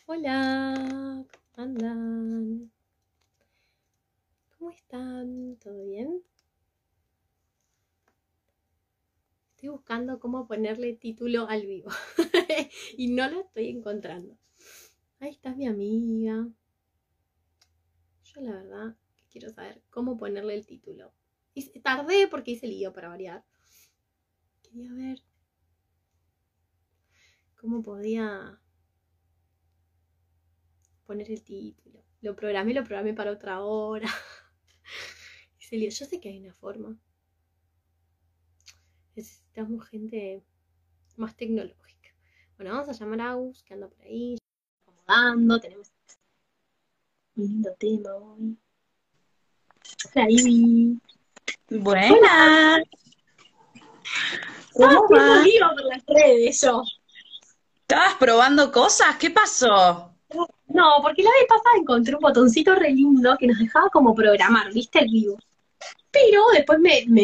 Hola, ¿cómo andan? ¿Cómo están? ¿Todo bien? Estoy buscando cómo ponerle título al vivo y no lo estoy encontrando. Ahí está mi amiga. Yo la verdad que quiero saber cómo ponerle el título. Tardé porque hice lío para variar. Quería ver cómo podía poner el título. Lo programé para otra hora. Hice lío. Yo sé que hay una forma. Necesitamos gente más tecnológica. Bueno, vamos a llamar a Agus, que anda por ahí, acomodando. Tenemos un lindo tema hoy. Hola, Ivy. Hola. Buenas, Estaba ¿cómo haciendo va? lío por las redes yo. ¿Estabas probando cosas? ¿Qué pasó? No, porque la vez pasada encontré un botoncito re lindo que nos dejaba como programar, ¿viste? El vivo. Pero después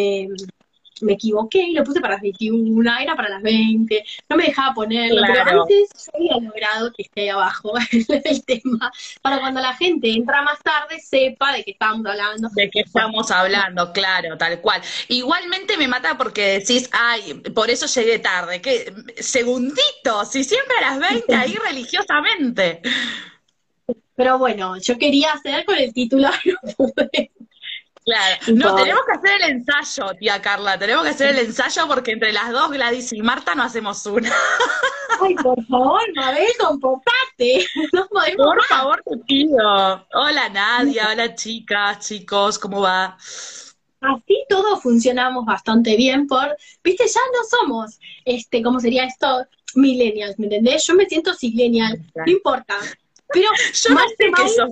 me equivoqué y lo puse para las 21, era para las 20, no me dejaba ponerlo, pero Claro, antes yo había logrado que esté ahí abajo el tema, para cuando la gente entra más tarde sepa de qué estábamos hablando. ¿de qué Bueno, estamos hablando? Claro, tal cual. Igualmente me mata porque decís, ay, por eso llegué tarde. ¿Qué? Segunditos, y siempre a las 20 ahí religiosamente. pero bueno, yo quería hacer con el título, no pude. Claro, No no, importa. tenemos que hacer el ensayo, tía Carla, tenemos que hacer el ensayo porque entre las dos, Gladys y Marta, no hacemos una. Ay, por favor, Mabel, comportate, no podemos Por más. favor, te pido. Hola Nadia, hola chicas, chicos, ¿cómo va? Así todos funcionamos bastante bien viste, ya no somos, ¿cómo sería esto? Millennials, ¿me entendés? Yo me siento sillennial, no importa. Pero Yo no mal que sé qué mal, sos.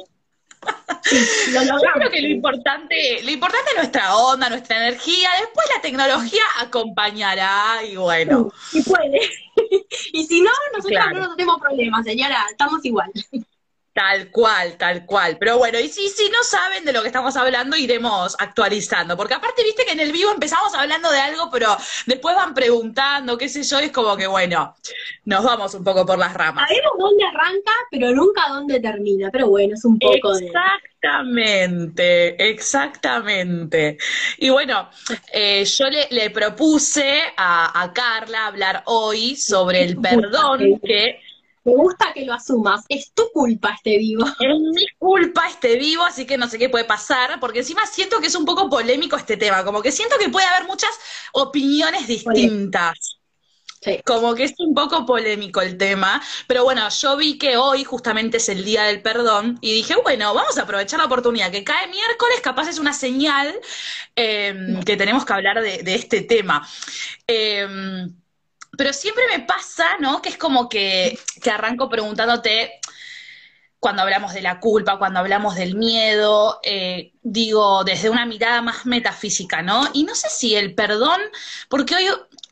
sí, lo Yo creo logramos. que lo importante es nuestra onda, nuestra energía. Después la tecnología acompañará y bueno, Y puede. Y si no, nosotras no claro. nos tenemos problemas, señora, estamos igual. Tal cual, tal cual. Pero bueno, y si no saben de lo que estamos hablando, iremos actualizando. Porque aparte, viste que en el vivo empezamos hablando de algo, pero después van preguntando, qué sé yo, y es como que bueno, nos vamos un poco por las ramas. Sabemos dónde arranca, pero nunca dónde termina. Pero bueno, es un poco de... Exactamente, exactamente. Y bueno, yo le propuse a Carla hablar hoy sobre Es el tu culpa, te perdón, digo. que Me gusta que lo asumas. Es tu culpa este vivo. es mi culpa este vivo, así que no sé qué puede pasar, porque encima siento que es un poco polémico este tema, como que siento que puede haber muchas opiniones distintas. Sí. Como que es un poco polémico el tema, pero bueno, yo vi que hoy justamente es el Día del Perdón y dije, bueno, vamos a aprovechar la oportunidad, que cae miércoles, capaz es una señal que tenemos que hablar de este tema. Eh, pero siempre me pasa, ¿no? Que es como que arranco preguntándote, cuando hablamos de la culpa, cuando hablamos del miedo, digo, desde una mirada más metafísica, ¿no? Y no sé si el perdón, porque hoy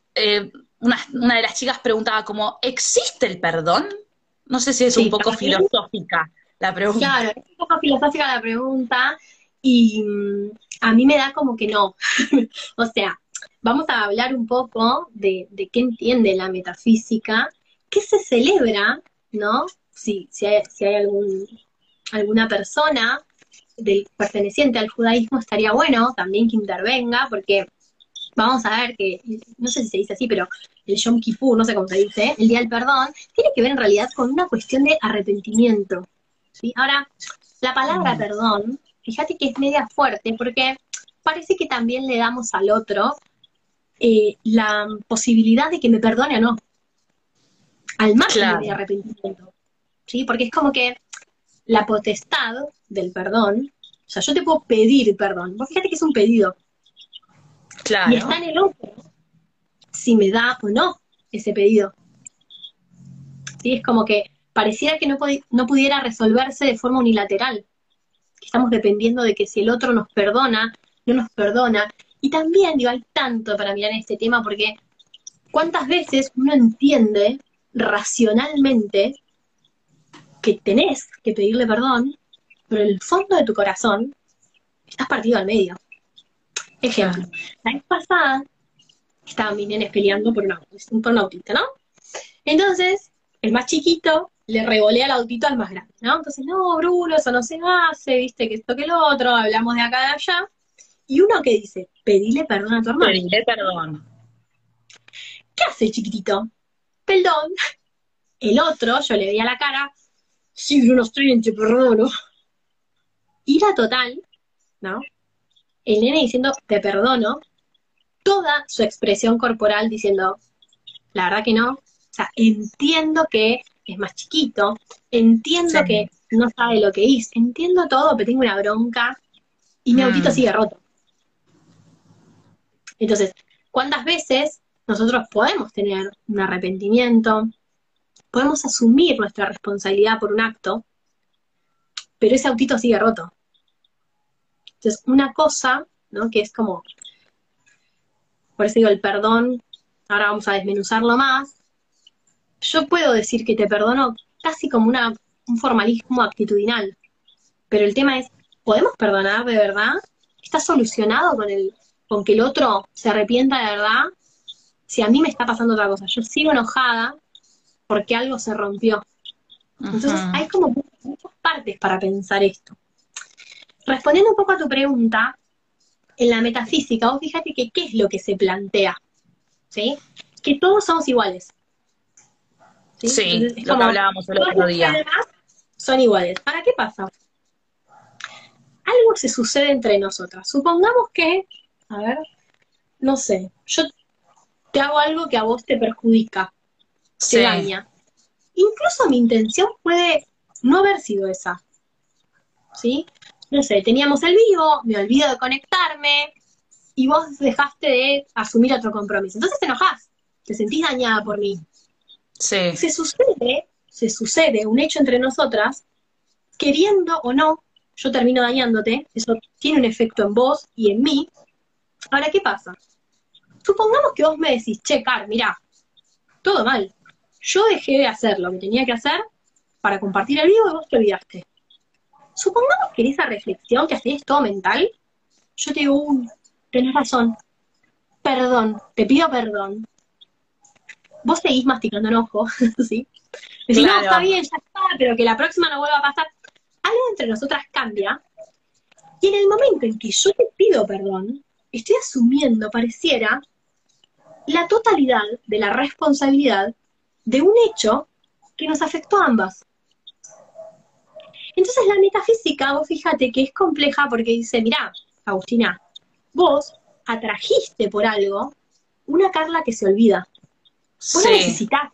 una de las chicas preguntaba como, ¿existe el perdón? No sé si es un Sí, poco para mí, filosófica la pregunta. claro, es un poco filosófica la pregunta y a mí me da como que no. O sea, vamos a hablar un poco de qué entiende la metafísica, qué se celebra, ¿no? Si hay alguna persona perteneciente al judaísmo, estaría bueno también que intervenga, porque vamos a ver que, no sé si se dice así, pero el Yom Kippur, no sé cómo se dice, el Día del Perdón, tiene que ver en realidad con una cuestión de arrepentimiento. ¿Sí? Ahora, la palabra Mm, perdón, fíjate que es media fuerte porque parece que también le damos al otro la posibilidad de que me perdone o no, al margen de mi claro, arrepentimiento. ¿Sí? Porque es como que la potestad del perdón, o sea, yo te puedo pedir perdón, vos fíjate que es un pedido, y está claro. en el otro si me da o no ese pedido. ¿Sí? Es como que pareciera que no pudiera resolverse de forma unilateral, que estamos dependiendo de que si el otro nos perdona, no nos perdona. Y también, digo, hay tanto para mirar en este tema, porque cuántas veces uno entiende racionalmente que tenés que pedirle perdón, pero en el fondo de tu corazón estás partido al medio. Ejemplo, Claro. la vez pasada estaban mis nenes peleando por un autista, ¿no? Entonces, el más chiquito le revolea el autito al más grande, ¿no? Entonces, no, Bruno, eso no se hace, viste, que esto que lo otro, hablamos de acá de allá. Y uno que dice, pedile perdón a tu hermano. Pediré perdón. ¿Qué hace el chiquitito? Perdón. El otro, yo le veía la cara, sí, Bruno, estoy en te perdono. Ira total, ¿no? El nene diciendo, te perdono, toda su expresión corporal diciendo, la verdad que no, o sea, entiendo que es más chiquito, entiendo Sí. que no sabe lo que hizo, entiendo todo, pero tengo una bronca y mi autito Mm, sigue roto. Entonces, ¿cuántas veces nosotros podemos tener un arrepentimiento, podemos asumir nuestra responsabilidad por un acto, pero ese autito sigue roto? Entonces, una cosa, ¿no? Que es como, por eso digo, el perdón, ahora vamos a desmenuzarlo más. Yo puedo decir que te perdono casi como un formalismo actitudinal, pero el tema es, ¿podemos perdonar de verdad? ¿Está solucionado con que el otro se arrepienta de verdad? Si a mí me está pasando otra cosa, yo sigo enojada porque algo se rompió. Entonces ujú. hay como muchas partes para pensar esto. Respondiendo un poco a tu pregunta, en la metafísica, vos fíjate que qué es lo que se plantea, ¿sí? Que todos somos iguales, ¿sí? Sí, Entonces es lo que como, hablábamos el todas otro las día. almas son iguales. ¿Para qué pasa? Algo se sucede entre nosotras. Supongamos que, a ver, no sé, yo te hago algo que a vos te perjudica, te Sí, daña. Incluso mi intención puede no haber sido esa, ¿sí? No sé, teníamos el vivo, me olvido de conectarme y vos dejaste de asumir otro compromiso. Entonces te enojás, te sentís dañada por mí. sí, Se sucede un hecho entre nosotras, queriendo o no, yo termino dañándote, eso tiene un efecto en vos y en mí. Ahora, ¿qué pasa? Supongamos que vos me decís, che, Car, mirá, todo mal. Yo dejé de hacer lo que tenía que hacer para compartir el vivo y vos te olvidaste. Supongamos que en esa reflexión que haces todo mental, yo te digo, tenés razón, perdón, te pido perdón. Vos seguís masticando enojo, ¿sí? Decís, no, está claro. bien, ya está, pero que la próxima no vuelva a pasar. Algo entre nosotras cambia, y en el momento en que yo te pido perdón, estoy asumiendo, pareciera, la totalidad de la responsabilidad de un hecho que nos afectó a ambas. Entonces la metafísica, vos fíjate que es compleja porque dice, mirá, Agustina, vos atrajiste por algo una Carla que se olvida. Vos la Sí, necesitás.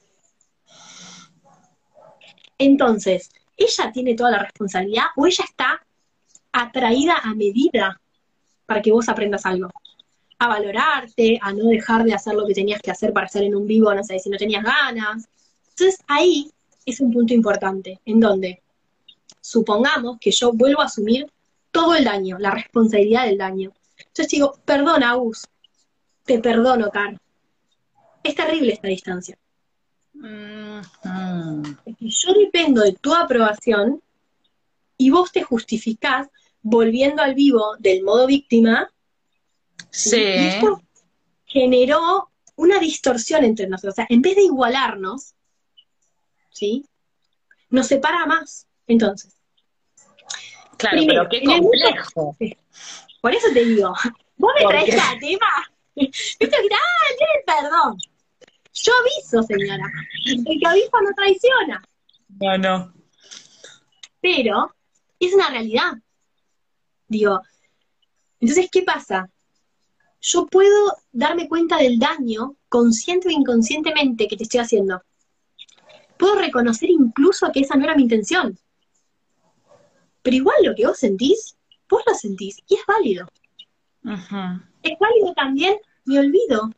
Entonces, ¿ella tiene toda la responsabilidad o ella está atraída a medida para que vos aprendas algo? A valorarte, a no dejar de hacer lo que tenías que hacer para estar en un vivo, no sé, si no tenías ganas. Entonces ahí es un punto importante, en donde supongamos que yo vuelvo a asumir todo el daño, la responsabilidad del daño. Entonces digo, perdona, Agus, te perdono, Car. Es terrible esta distancia. mm, mm. Porque yo dependo de tu aprobación y vos te justificás volviendo al vivo del modo víctima, ¿sí? Y Sí, esto generó una distorsión entre nosotros. O sea, en vez de igualarnos, ¿sí? Nos separa más. Entonces, claro, pero primero, qué en el mundo, complejo. por eso te digo, vos me traes Porque, cada tema, viste que, tiene el perdón. Yo aviso, señora. El que avisa no traiciona. no, no. Pero es una realidad. Digo, entonces, ¿qué pasa? Yo puedo darme cuenta del daño, consciente o inconscientemente, que te estoy haciendo. Puedo reconocer incluso que esa no era mi intención. Pero igual lo que vos lo sentís y es válido. Ujú. Es válido también mi olvido.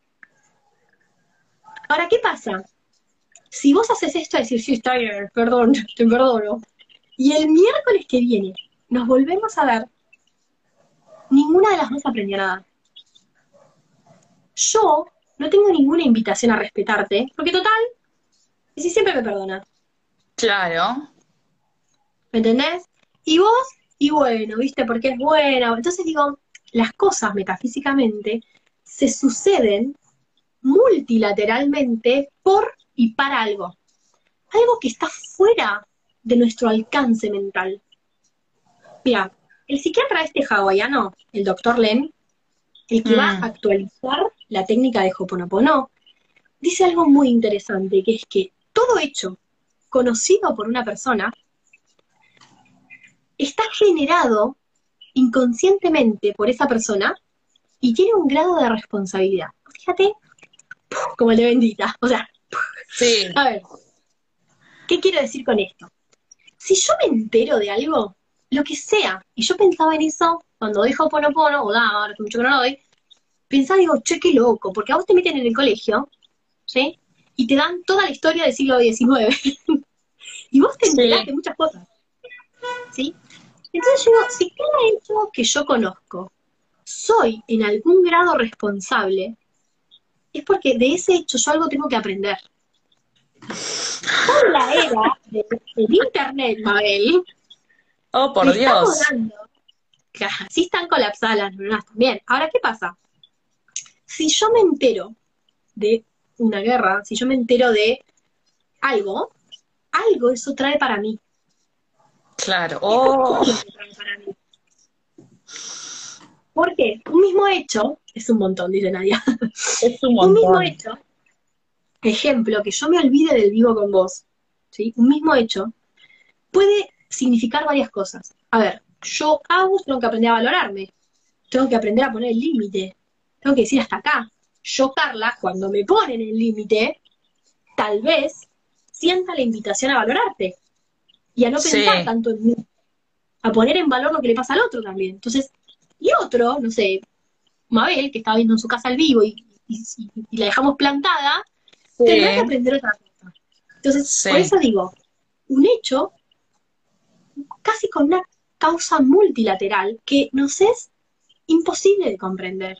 Ahora, ¿qué pasa? Si vos haces esto, decir, sí, está bien, perdón, te perdono, y el miércoles que viene nos volvemos a ver, ninguna de las dos aprendió nada. Yo no tengo ninguna invitación a respetarte, porque total, y si siempre me perdonas, Claro, ¿me entendés? Y vos, y bueno, ¿viste? Porque es buena. Entonces digo, las cosas metafísicamente se suceden multilateralmente por y para algo. algo que está fuera de nuestro alcance mental. Mira, el psiquiatra este hawaiano, el doctor Len, el que va a actualizar la técnica de Ho'oponopono, dice algo muy interesante, que es que todo hecho conocido por una persona está generado inconscientemente por esa persona y tiene un grado de responsabilidad. Fíjate, como el de bendita. O sea, Sí. a ver, ¿qué quiero decir con esto? Si yo me entero de algo, lo que sea, y yo pensaba en eso cuando doy Ho'oponopono, o ahora que mucho que no lo doy, pensaba, digo, che, qué loco, porque a vos te meten en el colegio, ¿sí? Y te dan toda la historia del siglo XIX. Y vos te enterás de muchas cosas, ¿sí? Entonces yo digo, si cada hecho que yo conozco soy en algún grado responsable, es porque de ese hecho yo algo tengo que aprender. Con la era del internet, Mabel, Oh, por le estamos Dios. dando, que así están colapsadas las neuronas también. Ahora, ¿qué pasa? Si yo me entero de una guerra, si yo me entero de algo eso trae para mí. Claro. Y esto es Oh, todo lo que trae para mí. Porque un mismo hecho, es un montón, dice Nadia, es un un mismo montón. hecho, ejemplo, que yo me olvide del vivo con vos, ¿sí? Un mismo hecho puede significar varias cosas. A ver, yo hago, tengo que aprender a valorarme, tengo que aprender a poner el límite, tengo que decir hasta acá. Yo, Carla, cuando me ponen el límite, tal vez sienta la invitación a valorarte y a no pensar Sí. tanto en mí, a poner en valor lo que le pasa al otro también. Entonces, y otro, no sé, Mabel, que estaba viendo en su casa al vivo y la dejamos plantada, tendrá que Sí. aprender otra cosa. Entonces, por Sí. eso digo, un hecho casi con una causa multilateral que nos es imposible de comprender.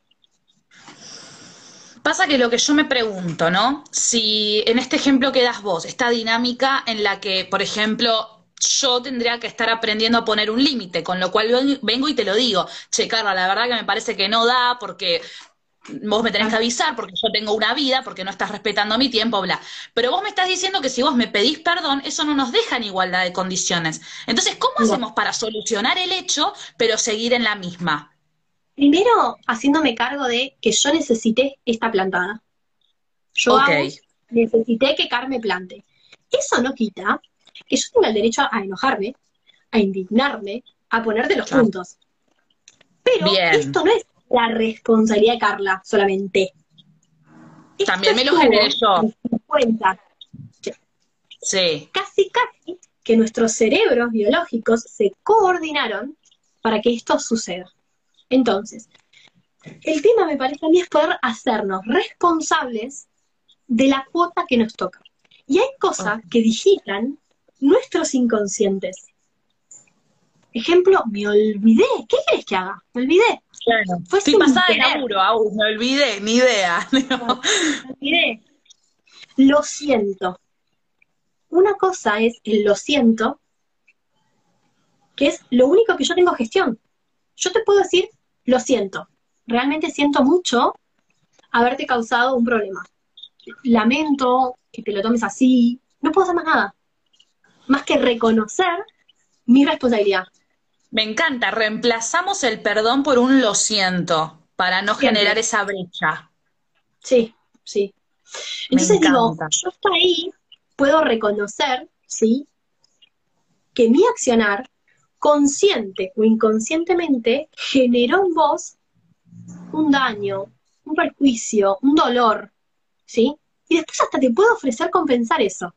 Pasa que lo que yo me pregunto, ¿no? Si en este ejemplo que das vos, esta dinámica en la que, por ejemplo, yo tendría que estar aprendiendo a poner un límite, con lo cual vengo y te lo digo, che, Carla, la verdad que me parece que no da porque vos me tenés que Claro. avisar, porque yo tengo una vida, porque no estás respetando mi tiempo, bla. Pero vos me estás diciendo que si vos me pedís perdón, eso no nos deja en igualdad de condiciones. Entonces, ¿cómo No. hacemos para solucionar el hecho, pero seguir en la misma? Primero, haciéndome cargo de que yo necesité esta plantada. Yo, Ok, Agus, necesité que Car me plante. Eso no quita que yo tenga el derecho a enojarme, a indignarme, a ponerte los claro. puntos. Pero Bien. esto no es la responsabilidad de Carla solamente. Esto También me lo generé estuvo yo. en 50, Sí. casi que nuestros cerebros biológicos se coordinaron para que esto suceda. Entonces, el tema me parece a mí es poder hacernos responsables de la cuota que nos toca. Y hay Ok. cosas que digitan nuestros inconscientes. Ejemplo, me olvidé. ¿Qué querés que haga? Me olvidé. Claro. Fue Estoy sin pasada de querer. laburo, Agus, me olvidé, ni idea. Me olvidé. Lo siento. Una cosa es el lo siento, que es lo único que yo tengo gestión. Yo te puedo decir, lo siento. Realmente siento mucho haberte causado un problema. Lamento que te lo tomes así. No puedo hacer más nada. Más que reconocer mi responsabilidad. Me encanta, reemplazamos el perdón por un lo siento, para no generar Siempre. esa brecha. Sí, sí. Me Entonces digo, encanta. yo hasta ahí puedo reconocer, ¿sí? Que mi accionar, consciente o inconscientemente, generó en vos un daño, un perjuicio, un dolor, ¿sí? Y después hasta te puedo ofrecer compensar eso,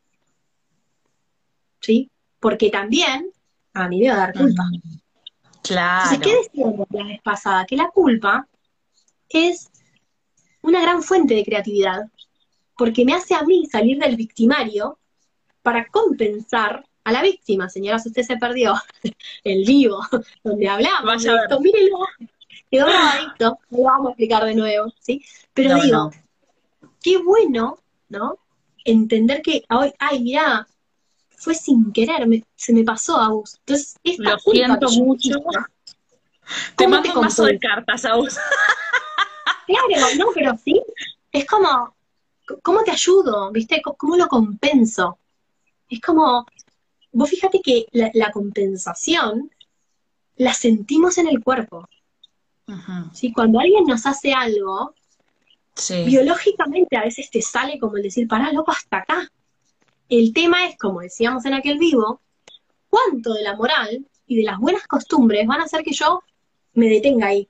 ¿sí? Porque también a mí me va a dar culpa. Mm, Entonces, ¿qué claro. decíamos la vez pasada? Que la culpa es una gran fuente de creatividad, porque me hace a mí salir del victimario para compensar a la víctima. Señora, si usted se perdió el vivo donde hablamos Vaya de a esto, ver. mírenlo, quedó grabadito, no lo vamos a explicar de nuevo, ¿sí? Pero No, digo, no. qué bueno, ¿no? Entender que, ay, mirá, fue sin querer, se me pasó a vos. Entonces, esta Lo culpa que siento yo me mucho. hice, Te ¿cómo te mando un mazo de compenso? cartas, Agus. Claro, no, pero sí, es como, ¿cómo te ayudo? ¿Viste? ¿Cómo lo compenso? Es como, vos fíjate que la compensación la sentimos en el cuerpo, Ujú. ¿sí? Cuando alguien nos hace algo, Sí, biológicamente a veces te sale como el decir, pará, loco, hasta acá. El tema es, como decíamos en aquel vivo, cuánto de la moral y de las buenas costumbres van a hacer que yo me detenga ahí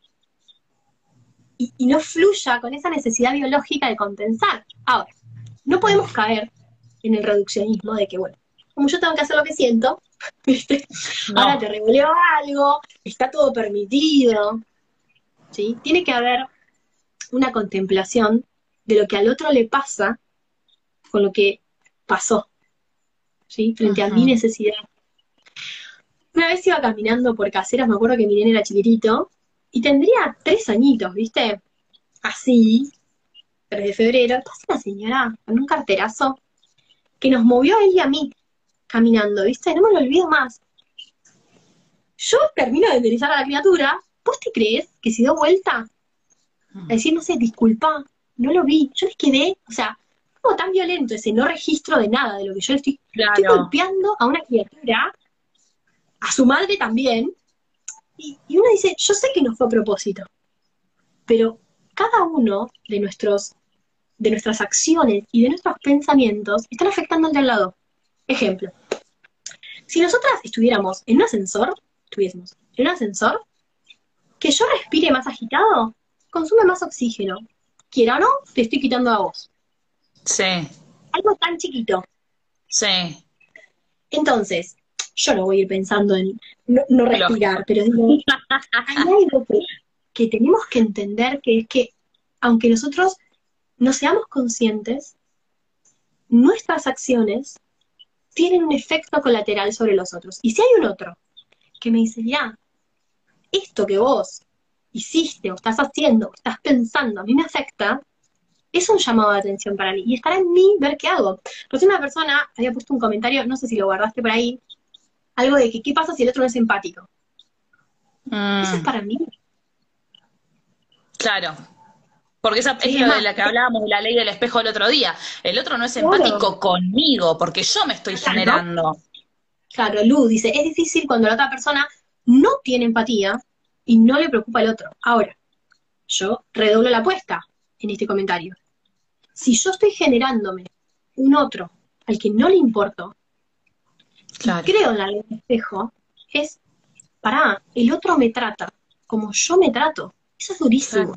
y no fluya con esa necesidad biológica de compensar. Ahora, no podemos caer en el reduccionismo de que, bueno, como yo tengo que hacer lo que siento, ¿viste? Ahora te no, revoleo algo, está todo permitido, ¿sí? Tiene que haber una contemplación de lo que al otro le pasa con lo que pasó, ¿sí? Frente a mi ujú, necesidad. Una vez iba caminando por Caseras, me acuerdo que mi nene era chiquitito, y tendría 3 añitos, ¿viste? Así, 3 de febrero, pasa una señora con un carterazo que nos movió a él y a mí caminando, ¿viste? No me lo olvido más. Yo termino de enderezar a la criatura, ¿vos te crees que se dio vuelta a decir, no sé, disculpa, no lo vi? Yo les quedé, o sea, como tan violento ese no registro de nada de lo que yo le estoy claro. golpeando a una criatura, a su madre también, y uno dice, yo sé que no fue a propósito, pero cada uno de nuestras acciones y de nuestros pensamientos están afectando al de al lado. Ejemplo, si nosotras estuviésemos en un ascensor, que yo respire más agitado, consume más oxígeno. Quiera o no, te estoy quitando a vos. Sí, Algo tan chiquito. sí, Entonces, yo no voy a ir pensando en no lógico. respirar, pero digo, hay algo que tenemos que entender, que es que, aunque nosotros no seamos conscientes, nuestras acciones tienen un efecto colateral sobre los otros. Y si hay un otro que me dice, ya, esto que vos hiciste o estás haciendo o estás pensando a mí me afecta, es un llamado de atención para mí. Y estará en mí ver qué hago. Recién una persona había puesto un comentario, no sé si lo guardaste por ahí, algo de que qué pasa si el otro no es empático. Eso es Mm, para mí. claro. Porque esa es Sí, es lo de más, la que hablábamos de la ley del espejo el otro día. El otro no es claro, empático conmigo, porque yo me estoy claro, generando. claro, Lu dice, es difícil cuando la otra persona no tiene empatía y no le preocupa el otro. Ahora, yo redoblo la apuesta en este comentario. Si yo estoy generándome un otro al que no le importo y Claro, creo en la ley del espejo, es, pará, el otro me trata como yo me trato. Eso es claro. durísimo.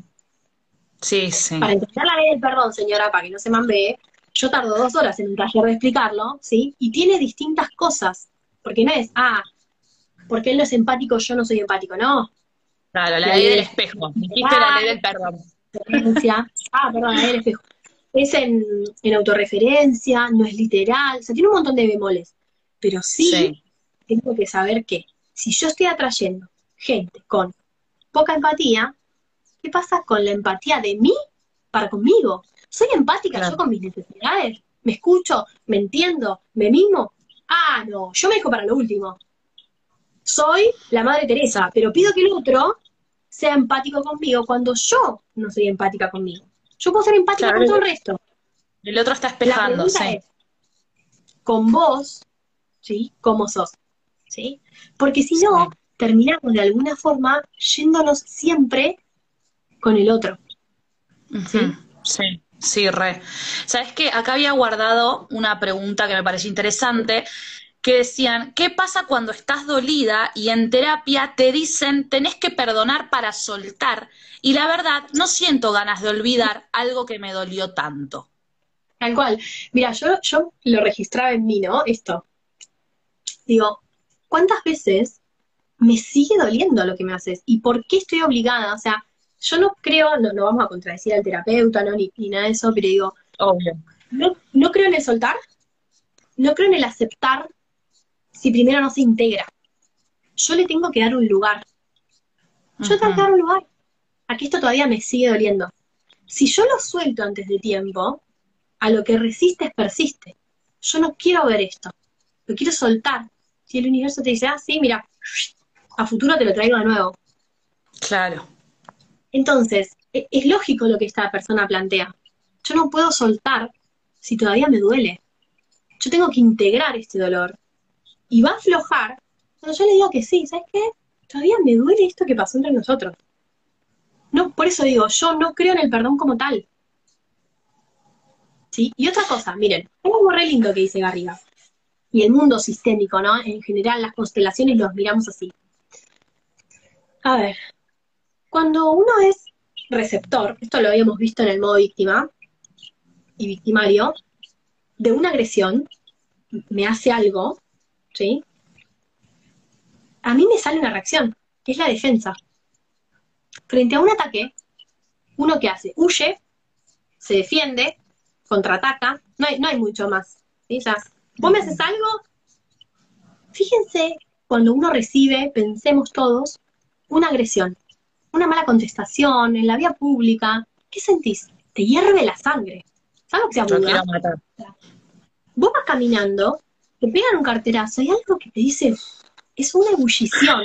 Sí, sí. Para entender la ley del perdón, señora, para que no se mambee, yo tardo 2 horas en un taller de explicarlo, ¿sí? Y tiene distintas cosas. Porque no es, porque él no es empático, yo no soy empático. No, Claro, la la ley ley del del espejo. espejo Dijiste la ley del perdón. perdón, la ley del espejo. Es en autorreferencia, no es literal, o sea, tiene un montón de bemoles. Pero sí Sí, tengo que saber que si yo estoy atrayendo gente con poca empatía, ¿qué pasa con la empatía de mí para conmigo? ¿Soy empática yo claro. con mis necesidades? ¿Me escucho? ¿Me entiendo? ¿Me mimo? Ah, no, yo me dejo para lo último. Soy la Madre Teresa, pero pido que el otro sea empático conmigo cuando yo no soy empática conmigo. Yo puedo ser empática Claro, con todo el resto. el otro está La espejando, pregunta sí. es, ¿con vos, sí, cómo sos? ¿Sí? Porque si no, Sí. terminamos de alguna forma yéndonos siempre con el otro, Ujú, ¿sí? sí, sí, re. ¿Sabes qué? Acá había guardado una pregunta que me pareció interesante, que decían, ¿qué pasa cuando estás dolida y en terapia te dicen tenés que perdonar para soltar? Y la verdad, no siento ganas de olvidar algo que me dolió tanto. Tal cual. Mira, yo lo registraba en mí, ¿no? Esto. Digo, ¿cuántas veces me sigue doliendo lo que me haces? ¿Y por qué estoy obligada? O sea, yo no creo, no vamos a contradecir al terapeuta, ¿no? Ni nada de eso, pero digo, Obvio. no creo en el soltar, no creo en el aceptar si primero no se integra. Yo le tengo que dar un lugar. Yo tengo Ujú, que dar un lugar. Aquí esto todavía me sigue doliendo. Si yo lo suelto antes de tiempo, a lo que resistes persiste. Yo no quiero ver esto. Lo quiero soltar. Si el universo te dice, sí, mira, a futuro te lo traigo de nuevo. claro, Entonces, es lógico lo que esta persona plantea. Yo no puedo soltar si todavía me duele. yo tengo que integrar este dolor y va a aflojar cuando yo le diga que sí, ¿sabes qué? Todavía me duele esto que pasó entre nosotros. No, por eso digo, yo no creo en el perdón como tal. ¿Sí? Y otra cosa, miren, hay algo re lindo que dice Garriga. Y el mundo sistémico, ¿no? En general, las constelaciones los miramos así. A ver, cuando uno es receptor, esto lo habíamos visto en el modo víctima y victimario, de una agresión, me hace algo, ¿sí? A mí me sale una reacción, que es la defensa. Frente a un ataque, ¿uno qué hace? Huye, se defiende, contraataca, no hay mucho más. ¿Sí? O sea, vos me haces algo, fíjense, cuando uno recibe, pensemos todos, una agresión, una mala contestación en la vía pública, ¿qué sentís? Te hierve la sangre. ¿Sabes lo que se Yo amuda? quiero matar. Vos vas caminando, te pegan un carterazo y algo que te dice, es una ebullición.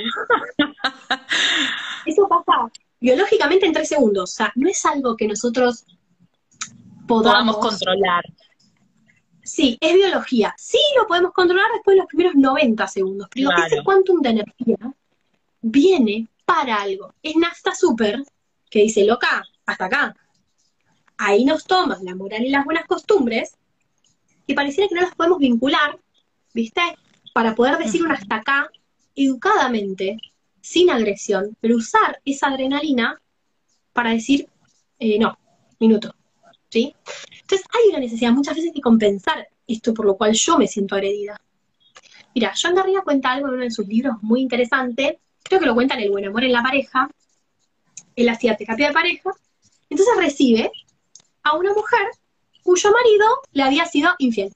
Eso pasa biológicamente en 3 segundos. O sea, no es algo que nosotros Podamos podamos. controlar. Sí, es biología. Sí lo podemos controlar después de los primeros 90 segundos. Pero Claro. ese quantum de energía viene para algo. Es nafta super que dice, loca, hasta acá. Ahí nos toma la moral y las buenas costumbres, que pareciera que no las podemos vincular, ¿viste? Para poder decir un hasta acá educadamente, sin agresión, pero usar esa adrenalina para decir, no, minuto, ¿sí? Entonces hay una necesidad muchas veces de compensar esto por lo cual yo me siento agredida. Mira, John Garriga cuenta algo en uno de sus libros muy interesante, creo que lo cuenta en El buen amor en la pareja, él hacía terapia de pareja, entonces recibe a una mujer cuyo marido le había sido infiel.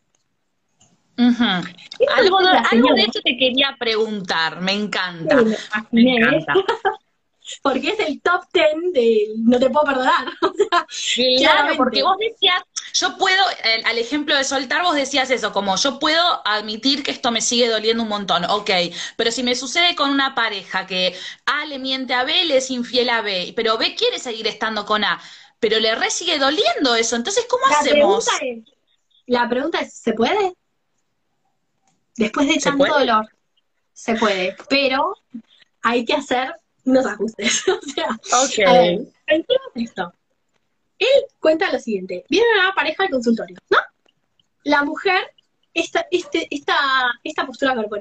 Algo de eso te quería preguntar, me encanta. Sí, me encanta. Porque es el top 10 de no te puedo perdonar. O sea, claro, porque vos decías, yo puedo, al ejemplo de soltar, vos decías eso, como yo puedo admitir que esto me sigue doliendo un montón, ok, pero si me sucede con una pareja que A le miente a B, le es infiel a B, pero B quiere seguir estando con A, pero le re sigue doliendo eso, entonces ¿cómo hacemos? La pregunta es, ¿se puede? Después de tanto dolor, se puede, pero hay que hacer unos ajustes. O sea, a ver, pensemos esto. Él cuenta lo siguiente, viene una pareja al consultorio, ¿no? La mujer, esta postura corporal.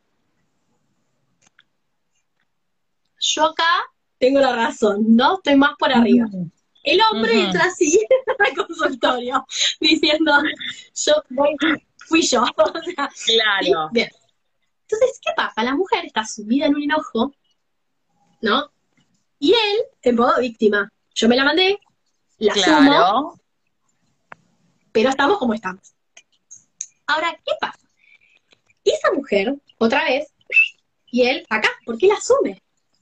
Yo acá tengo la razón, ¿no? Estoy más por arriba. El hombre entra así al consultorio, diciendo, fui yo. O sea, claro. Bien. Entonces, ¿qué pasa? La mujer está sumida en un enojo, ¿no? Y él, en modo víctima. Yo me la mandé, la asumo, pero estamos como estamos. Ahora, ¿qué pasa? Esa mujer, otra vez, y él acá, porque él asume.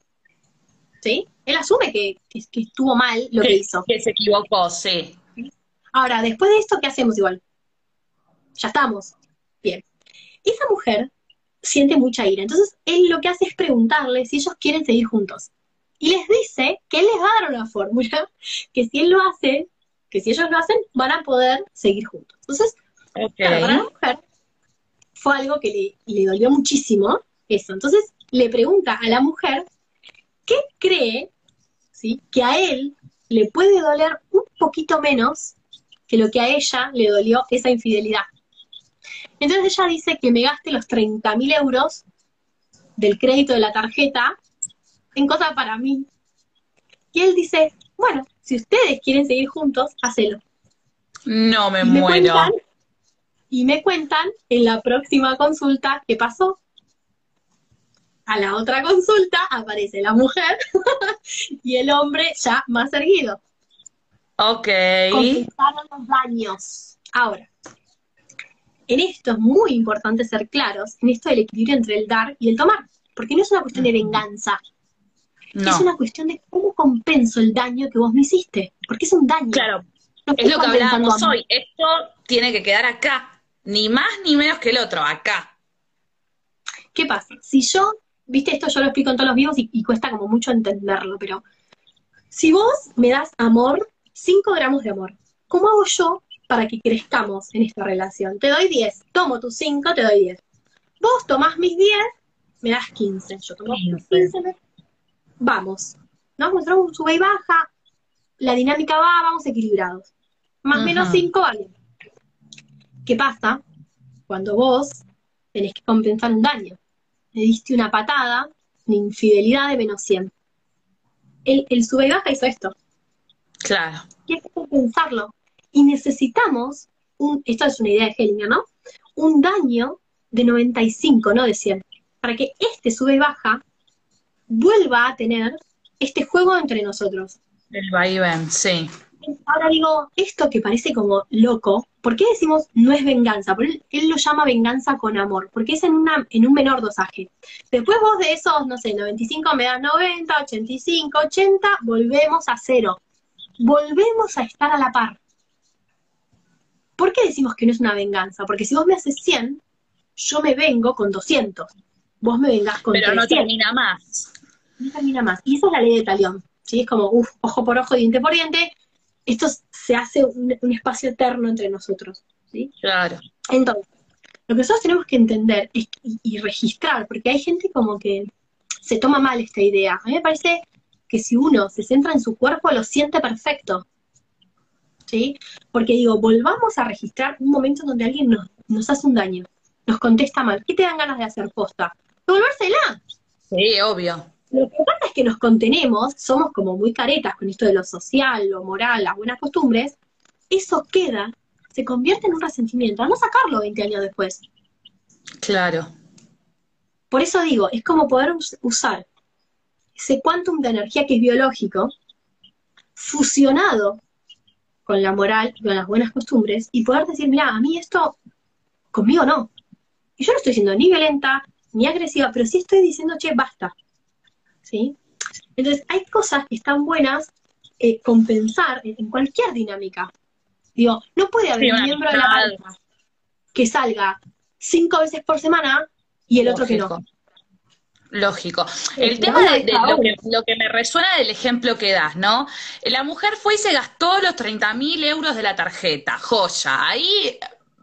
¿Sí? Él asume que estuvo mal lo que hizo. Que se equivocó, sí. Ahora, después de esto, ¿qué hacemos igual? Ya estamos. Bien. Esa mujer siente mucha ira. Entonces, él lo que hace es preguntarle si ellos quieren seguir juntos. Y les dice que él les va a dar una fórmula, que si él lo hace, que si ellos lo hacen, van a poder seguir juntos. Entonces, claro, para la mujer fue algo que le dolió muchísimo eso. Entonces, le pregunta a la mujer qué cree, ¿sí?, que a él le puede doler un poquito menos que lo que a ella le dolió esa infidelidad. Entonces ella dice que me gaste los 30.000 euros del crédito de la tarjeta en cosas para mí. Y él dice, bueno, si ustedes quieren seguir juntos, hacelo. No me muero. Y me cuentan en la próxima consulta qué pasó. A la otra consulta aparece la mujer y el hombre ya más erguido. Ok. Compensaron los daños. Ahora, en esto es muy importante ser claros, en esto del equilibrio entre el dar y el tomar, porque no es una cuestión de venganza, es una cuestión de cómo compenso el daño que vos me hiciste, porque es un daño. Claro, no es lo que hablábamos hoy, esto tiene que quedar acá, ni más ni menos que el otro, acá. ¿Qué pasa? Si yo, viste, esto yo lo explico en todos los vivos y cuesta como mucho entenderlo, pero si vos me das amor, 5 gramos de amor, ¿cómo hago yo para que crezcamos en esta relación. Te doy 10, tomo tus 5, te doy 10. Vos tomás mis 10, me das 15. Yo tomo tus 15, vamos. ¿No? Mostramos un sube y baja, la dinámica va, vamos equilibrados. Más o menos 5 vale. ¿Qué pasa? Cuando vos tenés que compensar un daño. Le diste una patada, una infidelidad de menos 100. El sube y baja hizo esto. Claro. Y hay que compensarlo. Y necesitamos, esto es una idea de Hellinger, ¿no? Un daño de 95, no de 100. Para que este sube y baja vuelva a tener este juego entre nosotros. El vaivén, sí. Ahora digo, esto que parece como loco, ¿por qué decimos no es venganza? Porque él lo llama venganza con amor, porque es en un menor dosaje. Después vos de esos, no sé, 95 me das 90, 85, 80, volvemos a 0. Volvemos a estar a la par. ¿Por qué decimos que no es una venganza? Porque si vos me haces 100, yo me vengo con 200. Vos me vengas con 300. Pero no termina más. No termina más. Y esa es la ley de Talión. ¿Sí? Es como, ojo por ojo, diente por diente. Esto se hace un espacio eterno entre nosotros, ¿sí? Claro. Entonces, lo que nosotros tenemos que entender y registrar, porque hay gente como que se toma mal esta idea. A mí me parece que si uno se centra en su cuerpo, lo siente perfecto, ¿sí? Porque digo, volvamos a registrar un momento en donde alguien nos hace un daño, nos contesta mal. ¿Qué te dan ganas de hacer posta? Devolvérsela. Sí, obvio. Lo que pasa es que nos contenemos, somos como muy caretas con esto de lo social, lo moral, las buenas costumbres, eso queda, se convierte en un resentimiento, a no sacarlo 20 años después. Claro. Por eso digo, es como poder usar ese quantum de energía que es biológico, fusionado con la moral, con las buenas costumbres, y poder decir, mira, a mí esto, conmigo no. Y yo no estoy siendo ni violenta, ni agresiva, pero sí estoy diciendo, che, basta. ¿Sí? Entonces, hay cosas que están buenas compensar en cualquier dinámica. Digo, no puede haber un miembro de la pareja que salga 5 veces por semana y el otro que no. Lógico. El tema de lo que me resuena del ejemplo que das, ¿no? La mujer fue y se gastó los 30.000 euros de la tarjeta, joya. Ahí,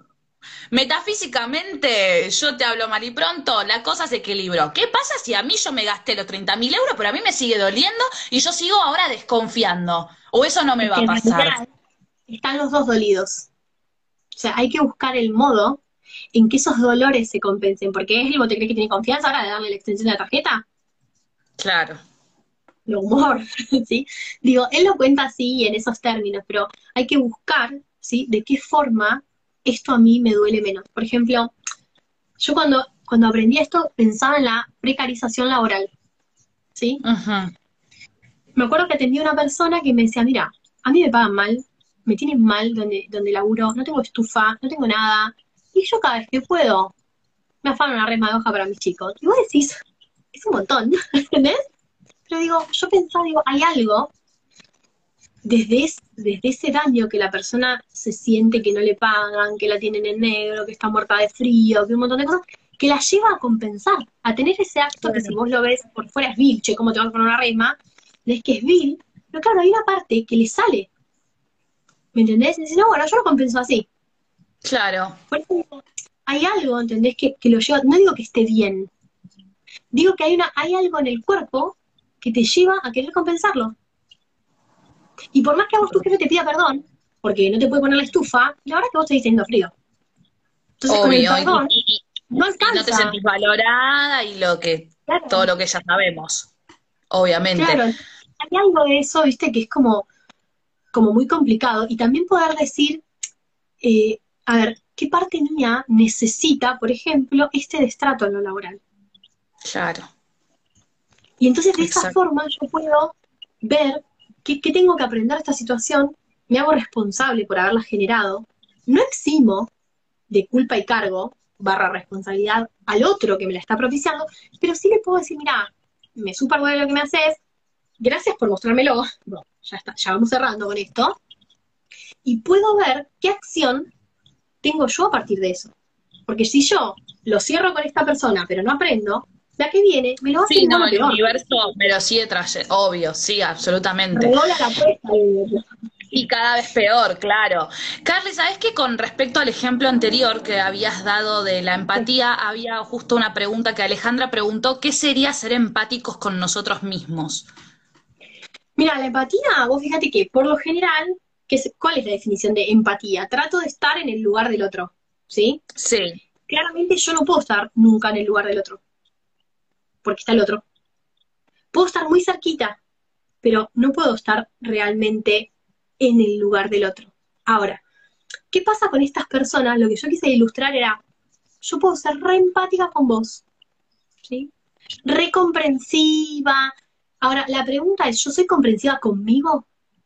metafísicamente, yo te hablo mal y pronto, la cosa se equilibró. ¿Qué pasa si a mí yo me gasté los 30.000 euros, pero a mí me sigue doliendo y yo sigo ahora desconfiando? ¿O eso no me va a pasar? Están los dos dolidos. O sea, hay que buscar el modo en que esos dolores se compensen, porque es el te crees que tiene confianza ahora de darle la extensión de la tarjeta. Claro. Lo humor, ¿sí? Digo, él lo cuenta así en esos términos, pero hay que buscar, ¿sí? De qué forma esto a mí me duele menos. Por ejemplo, yo cuando aprendí esto pensaba en la precarización laboral, ¿sí? Me acuerdo que atendí a una persona que me decía, mira, a mí me pagan mal, me tienen mal donde laburo, no tengo estufa, no tengo nada, y yo cada vez que puedo me afano una resma de hoja para mis chicos. Y vos decís, es un montón, ¿entendés? Pero digo, yo pensaba, digo, hay algo desde ese daño que la persona se siente que no le pagan, que la tienen en negro, que está muerta de frío, que un montón de cosas, que la lleva a compensar, a tener ese acto que si vos lo ves por fuera es vil, che, ¿cómo te vas a poner una resma? Es que es vil, pero claro, hay una parte que le sale, ¿me entendés? Y dices, no, bueno, yo lo compenso así. Claro. Por eso hay algo, ¿entendés? Que lo lleva, no digo que esté bien, digo que hay algo en el cuerpo que te lleva a querer compensarlo. Y por más que a vos tu jefe te pida perdón, porque no te puede poner la estufa, la verdad es que vos estás teniendo frío. Entonces, obvio, con el perdón, no alcanza. Y no te sentís valorada y claro, todo lo que ya sabemos, obviamente. Claro, hay algo de eso, viste, que es como muy complicado. Y también poder decir, a ver, ¿qué parte mía necesita, por ejemplo, este destrato en lo laboral? Claro. Y entonces de esa forma yo puedo ver qué tengo que aprender de esta situación, me hago responsable por haberla generado, no eximo de culpa y cargo, / responsabilidad al otro que me la está propiciando, pero sí le puedo decir, mira, me súper duele lo que me haces, gracias por mostrármelo, bueno, ya está, ya vamos cerrando con esto, y puedo ver qué acción tengo yo a partir de eso. Porque si yo lo cierro con esta persona, pero no aprendo, la que viene me lo va a hacer sí, no, el peor. universo me lo sigue obvio, sí, absolutamente. Me dobla la apuesta. Y cada vez peor, claro. Carly, ¿sabes que con respecto al ejemplo anterior que habías dado de la empatía, había justo una pregunta que Alejandra preguntó, ¿qué sería ser empáticos con nosotros mismos? Mira, la empatía, vos fíjate que por lo general, ¿cuál es la definición de empatía? Trato de estar en el lugar del otro, ¿sí? Sí, Claramente yo no puedo estar nunca en el lugar del otro, porque está el otro. Puedo estar muy cerquita, pero no puedo estar realmente en el lugar del otro. Ahora, ¿qué pasa con estas personas? Lo que yo quise ilustrar era, yo puedo ser re empática con vos, ¿sí? Re comprensiva. Ahora, la pregunta es, ¿yo soy comprensiva conmigo?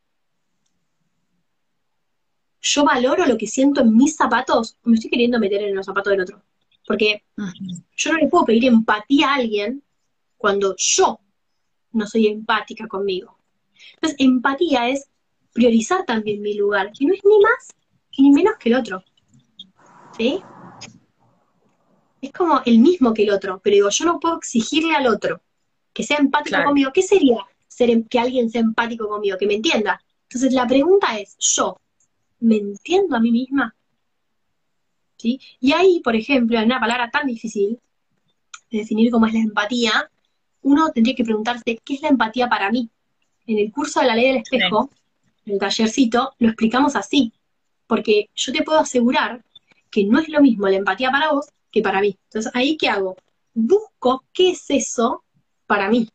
¿Yo valoro lo que siento en mis zapatos? ¿O me estoy queriendo meter en los zapatos del otro? Porque ujú, yo no le puedo pedir empatía a alguien cuando yo no soy empática conmigo. Entonces, empatía es priorizar también mi lugar, que no es ni más ni menos que el otro, ¿sí? Es como el mismo que el otro, pero digo, yo no puedo exigirle al otro que sea empático claro. conmigo. ¿Qué sería que alguien sea empático conmigo? Que me entienda. Entonces, la pregunta es, ¿yo me entiendo a mí misma? ¿Sí? Y ahí, por ejemplo, en una palabra tan difícil de definir cómo es la empatía, uno tendría que preguntarse, ¿qué es la empatía para mí? En el curso de la ley del Sí. espejo, en el tallercito, lo explicamos así, porque yo te puedo asegurar que no es lo mismo la empatía para vos que para mí. Entonces, ¿ahí qué hago? Busco qué es eso para mí.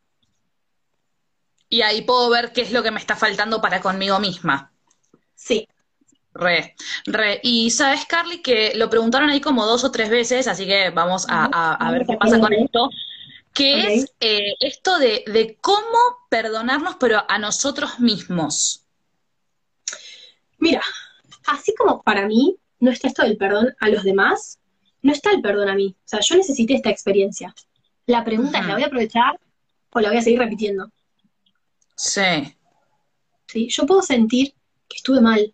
Y ahí puedo ver qué es lo que me está faltando para conmigo misma. Sí, Re, re. Y sabes, Carly, que lo preguntaron ahí como 2 o 3 veces, así que vamos a ver vamos a qué pasa con ponerle, esto, que ok. es esto de cómo perdonarnos, pero a nosotros mismos. Mira, así como para mí no está esto del perdón a los demás, no está el perdón a mí. O sea, yo necesité esta experiencia. La pregunta es, ¿la Ujú, voy a aprovechar o la voy a seguir repitiendo? sí, ¿Sí? Yo puedo sentir que estuve mal,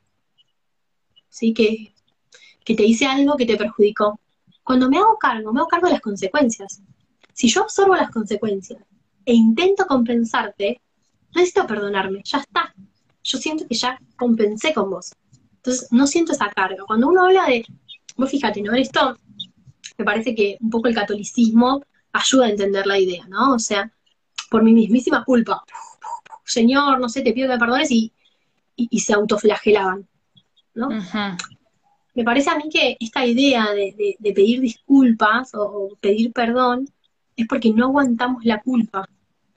¿sí? Que te hice algo que te perjudicó. Cuando me hago cargo de las consecuencias. Si yo absorbo las consecuencias e intento compensarte, no necesito perdonarme, ya está. Yo siento que ya compensé con vos. Entonces, no siento esa carga. Cuando uno habla de, vos fíjate, ¿no? Esto me parece que un poco el catolicismo ayuda a entender la idea, ¿no? O sea, por mi mismísima culpa, Señor, no sé, te pido que me perdones y se autoflagelaban, ¿no? ujú. Me parece a mí que esta idea de pedir disculpas o pedir perdón es porque no aguantamos la culpa,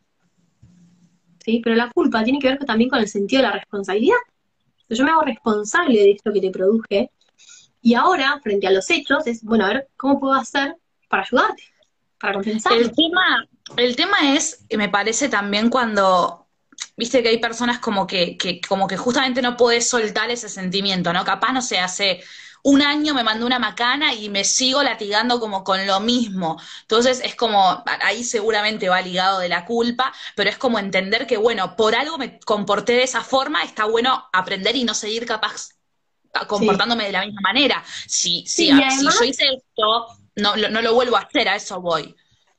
¿sí? Pero la culpa tiene que ver también con el sentido de la responsabilidad. Entonces, yo me hago responsable de esto que te produje y ahora, frente a los hechos, es, bueno, a ver, ¿cómo puedo hacer para ayudarte, para El compensarlo? tema, el tema es, me parece también cuando, viste que hay personas como que justamente no podés soltar ese sentimiento, ¿no? Capaz, no sé, hace un año me mandó una macana y me sigo latigando como con lo mismo. Entonces es como, ahí seguramente va ligado de la culpa, pero es como entender que, bueno, por algo me comporté de esa forma, está bueno aprender y no seguir capaz Sí. comportándome de la misma manera. Sí, y Si yo además, hice esto, no lo vuelvo a hacer, a eso voy.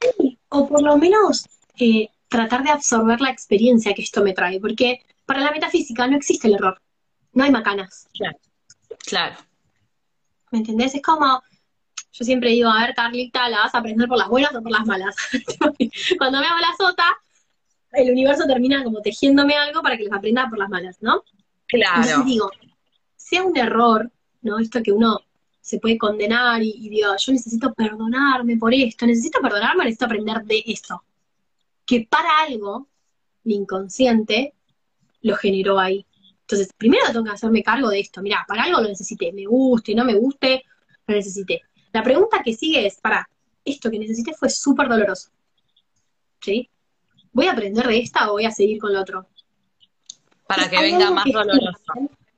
o por lo menos tratar de absorber la experiencia que esto me trae, porque para la metafísica no existe el error, no hay macanas, Claro, claro. ¿me entendés? Es como, yo siempre digo, a ver, Carlita, ¿la vas a aprender por las buenas o por las malas? Cuando me hago la sota, el universo termina como tejiéndome algo para que las aprenda por las malas, ¿no? Entonces Claro. digo, sea un error, ¿no? Esto que uno se puede condenar y digo, yo necesito perdonarme por esto, necesito perdonarme, necesito aprender de esto. Que para algo, mi inconsciente lo generó ahí. Entonces, primero tengo que hacerme cargo de esto. Mirá, para algo lo necesité, me guste, no me guste, lo necesité. La pregunta que sigue es, para, esto que necesité fue súper doloroso, ¿sí? ¿Voy a aprender de esta o voy a seguir con lo otro? Para Entonces, que hay venga algo más que doloroso.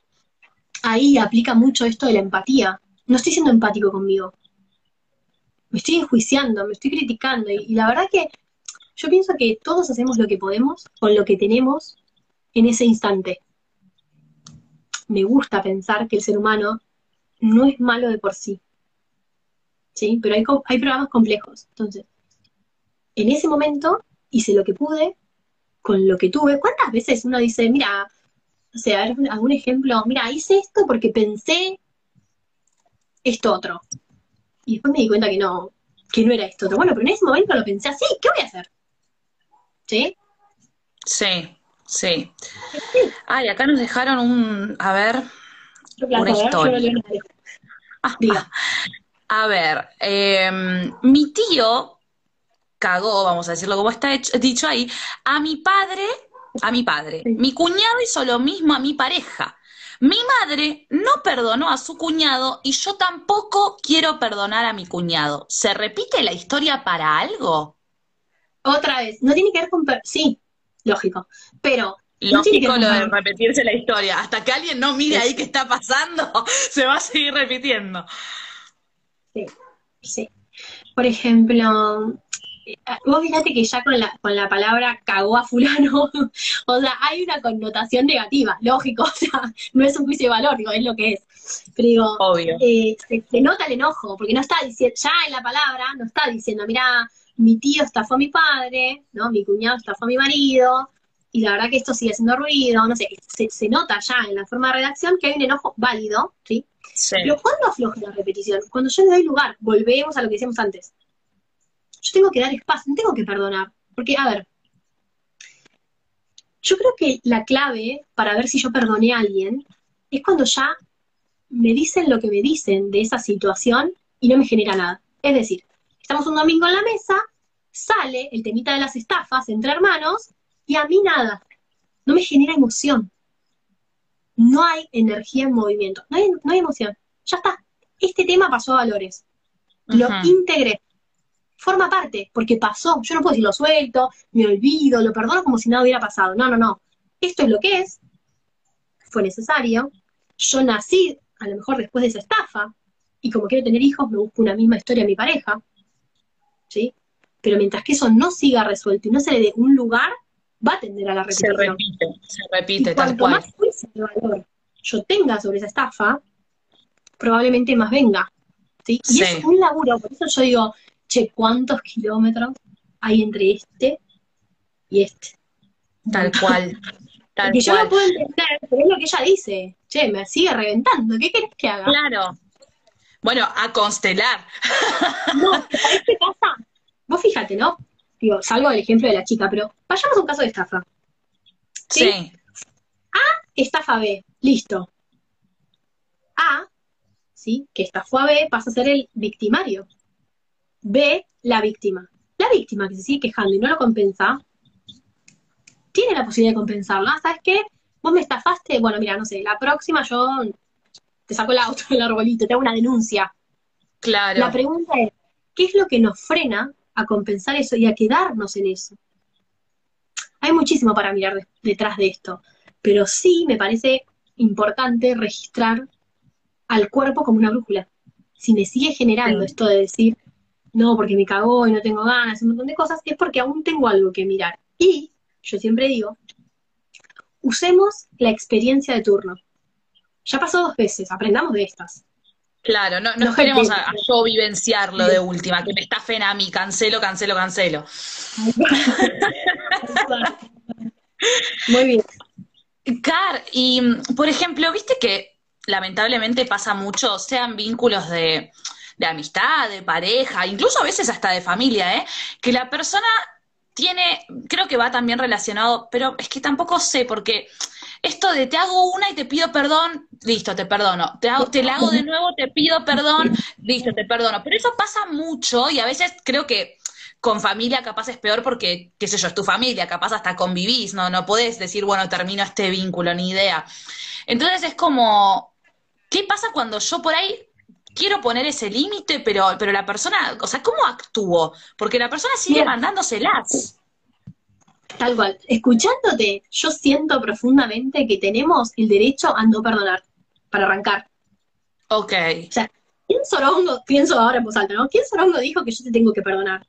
ahí aplica mucho esto de la empatía. No estoy siendo empático conmigo. Me estoy enjuiciando, me estoy criticando. Y la verdad que yo pienso que todos hacemos lo que podemos con lo que tenemos en ese instante. Me gusta pensar que el ser humano no es malo de por sí, ¿sí? Pero hay programas complejos. Entonces, en ese momento hice lo que pude con lo que tuve. ¿Cuántas veces uno dice, mira, O sea, a ver, algún ejemplo, mira, hice esto porque pensé esto otro. Y después me di cuenta que no era esto otro. Bueno, pero en ese momento lo pensé así, ¿qué voy a hacer? ¿Sí? Sí, sí. Sí, Ay, acá nos dejaron a ver, yo una plazo, a ver, yo no historia. leo nada. Diga. A ver, mi tío cagó, vamos a decirlo como está dicho ahí, a mi padre, a mi padre. Sí. Mi cuñado hizo lo mismo a mi pareja. Mi madre no perdonó a su cuñado y yo tampoco quiero perdonar a mi cuñado. ¿Se repite la historia para algo? Otra vez, no tiene que ver con... Sí, lógico, pero no tiene que ver Lógico con lo de perdón. repetirse la historia. Hasta que alguien no mire Sí, ahí qué está pasando, se va a seguir repitiendo. sí, sí. Por ejemplo, vos fíjate que ya con la palabra cagó a fulano, o sea, hay una connotación negativa, lógico, o sea, no es un juicio de valor, digo, es lo que es. Pero digo, Obvio. se nota el enojo, porque no está diciendo, ya en la palabra no está diciendo, mira, mi tío estafó a mi padre, ¿no? Mi cuñado estafó a mi marido, y la verdad que esto sigue haciendo ruido, no sé, se nota ya en la forma de redacción que hay un enojo válido, ¿sí? Pero Sí. ¿cuándo afloja la repetición? Cuando yo le doy lugar, volvemos a lo que decíamos antes. Yo tengo que dar espacio, no tengo que perdonar. Porque, a ver, yo creo que la clave para ver si yo perdoné a alguien es cuando ya me dicen lo que me dicen de esa situación y no me genera nada. Es decir, estamos un domingo en la mesa, sale el temita de las estafas entre hermanos y a mí nada. No me genera emoción. No hay energía en movimiento. No hay emoción. Ya está. Este tema pasó a valores. Lo Ujú. integré. Forma parte, porque pasó. Yo no puedo decir lo suelto, me olvido, lo perdono como si nada hubiera pasado. No, no, no. Esto es lo que es, fue necesario. Yo nací, a lo mejor después de esa estafa, y como quiero tener hijos, me busco una misma historia a mi pareja, ¿sí? Pero mientras que eso no siga resuelto y no se le dé un lugar, va a tender a la repetición. Se Y repite, tal cuanto cual. más juicio de valor yo tenga sobre esa estafa, probablemente más venga, ¿sí? Y es Sí, un laburo, por eso yo digo, che, ¿cuántos kilómetros hay entre este y este? Un tal montón. cual, tal Porque yo lo cual. puedo entender, pero es lo que ella dice. Che, me sigue reventando. ¿Qué querés que haga? Claro. Bueno, a constelar. No, ¿sabés qué pasa? Vos fíjate, ¿no? Digo, salvo el ejemplo de la chica, pero vayamos a un caso de estafa. ¿Sí? Sí, Estafa B, listo. A, ¿sí? Que estafó a B, pasa a ser el victimario. B, la víctima. La víctima que se sigue quejando y no lo compensa, tiene la posibilidad de compensarla. ¿Sabes qué? Vos me estafaste, bueno, mira, no sé, la próxima yo te saco el auto del arbolito, te hago una denuncia. La claro. pregunta es, ¿qué es lo que nos frena a compensar eso y a quedarnos en eso? Hay muchísimo para mirar detrás de esto, pero sí me parece importante registrar al cuerpo como una brújula. Si me sigue generando Sí. esto de decir, no, porque me cagó y no tengo ganas, un montón de cosas, es porque aún tengo algo que mirar. Y yo siempre digo, usemos la experiencia de turno. Ya pasó 2 veces, aprendamos de estas. Claro, no, no No esperemos jetemos. a yo vivenciarlo de última, que me estafen a mí, cancelo, cancelo, cancelo. Muy bien. Car, y por ejemplo, viste que lamentablemente pasa mucho, sean vínculos de amistad, de pareja, incluso a veces hasta de familia, ¿eh? Que la persona tiene, creo que va también relacionado, pero es que tampoco sé, porque esto de te hago una y te pido perdón, listo, te perdono. Te la hago de nuevo, te pido perdón, listo, te perdono. Pero eso pasa mucho y a veces creo que con familia capaz es peor porque, qué sé yo, es tu familia, capaz hasta convivís, no, no podés decir, bueno, termino este vínculo, ni idea. Entonces es como, ¿qué pasa cuando yo por ahí quiero poner ese límite, pero la persona, o sea, ¿cómo actúo? Porque la persona sigue Mira, mandándoselas. tal cual. Escuchándote, yo siento profundamente que tenemos el derecho a no perdonar, para arrancar. Ok, O sea, ¿quién sorongo, pienso ahora en voz alta, ¿no? ¿Quién sorongo dijo que yo te tengo que perdonar?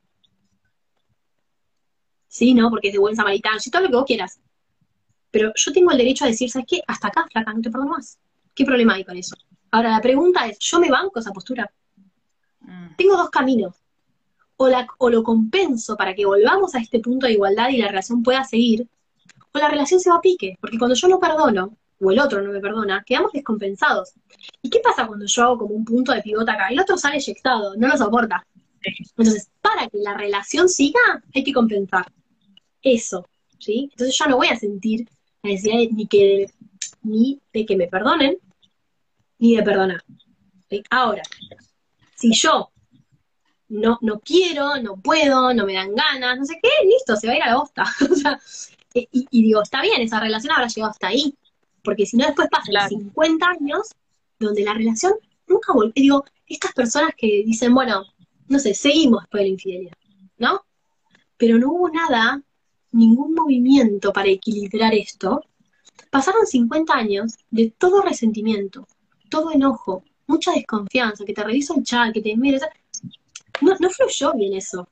Sí, ¿no? Porque es de buen samaritano, sí, todo lo que vos quieras. Pero yo tengo el derecho a decir, ¿sabes qué? Hasta acá, flaca, no te perdono más. ¿Qué problema hay con eso? Ahora, la pregunta es, ¿yo me banco esa postura? mm, Tengo dos caminos. O lo compenso para que volvamos a este punto de igualdad y la relación pueda seguir, o la relación se va a pique. Porque cuando yo no perdono, o el otro no me perdona, quedamos descompensados. ¿Y qué pasa cuando yo hago como un punto de pivote acá? El otro sale eyectado, no lo soporta. Entonces, para que la relación siga, hay que compensar eso, ¿sí? Entonces yo no voy a sentir la necesidad ni de que me perdonen, ni de perdonar. ¿Sí? Ahora, si yo no quiero, no puedo, no me dan ganas, no sé qué, listo, se va a ir a la bosta. O sea, y digo, está bien, esa relación habrá llegado hasta ahí, porque si no después pasan Claro. 50 años donde la relación nunca volvió. Digo, estas personas que dicen, bueno, no sé, seguimos después de la infidelidad, ¿no? Pero no hubo nada, ningún movimiento para equilibrar esto. Pasaron 50 años de todo resentimiento, todo enojo, mucha desconfianza, que te reviso el chat, que te mires. No fluyó bien eso.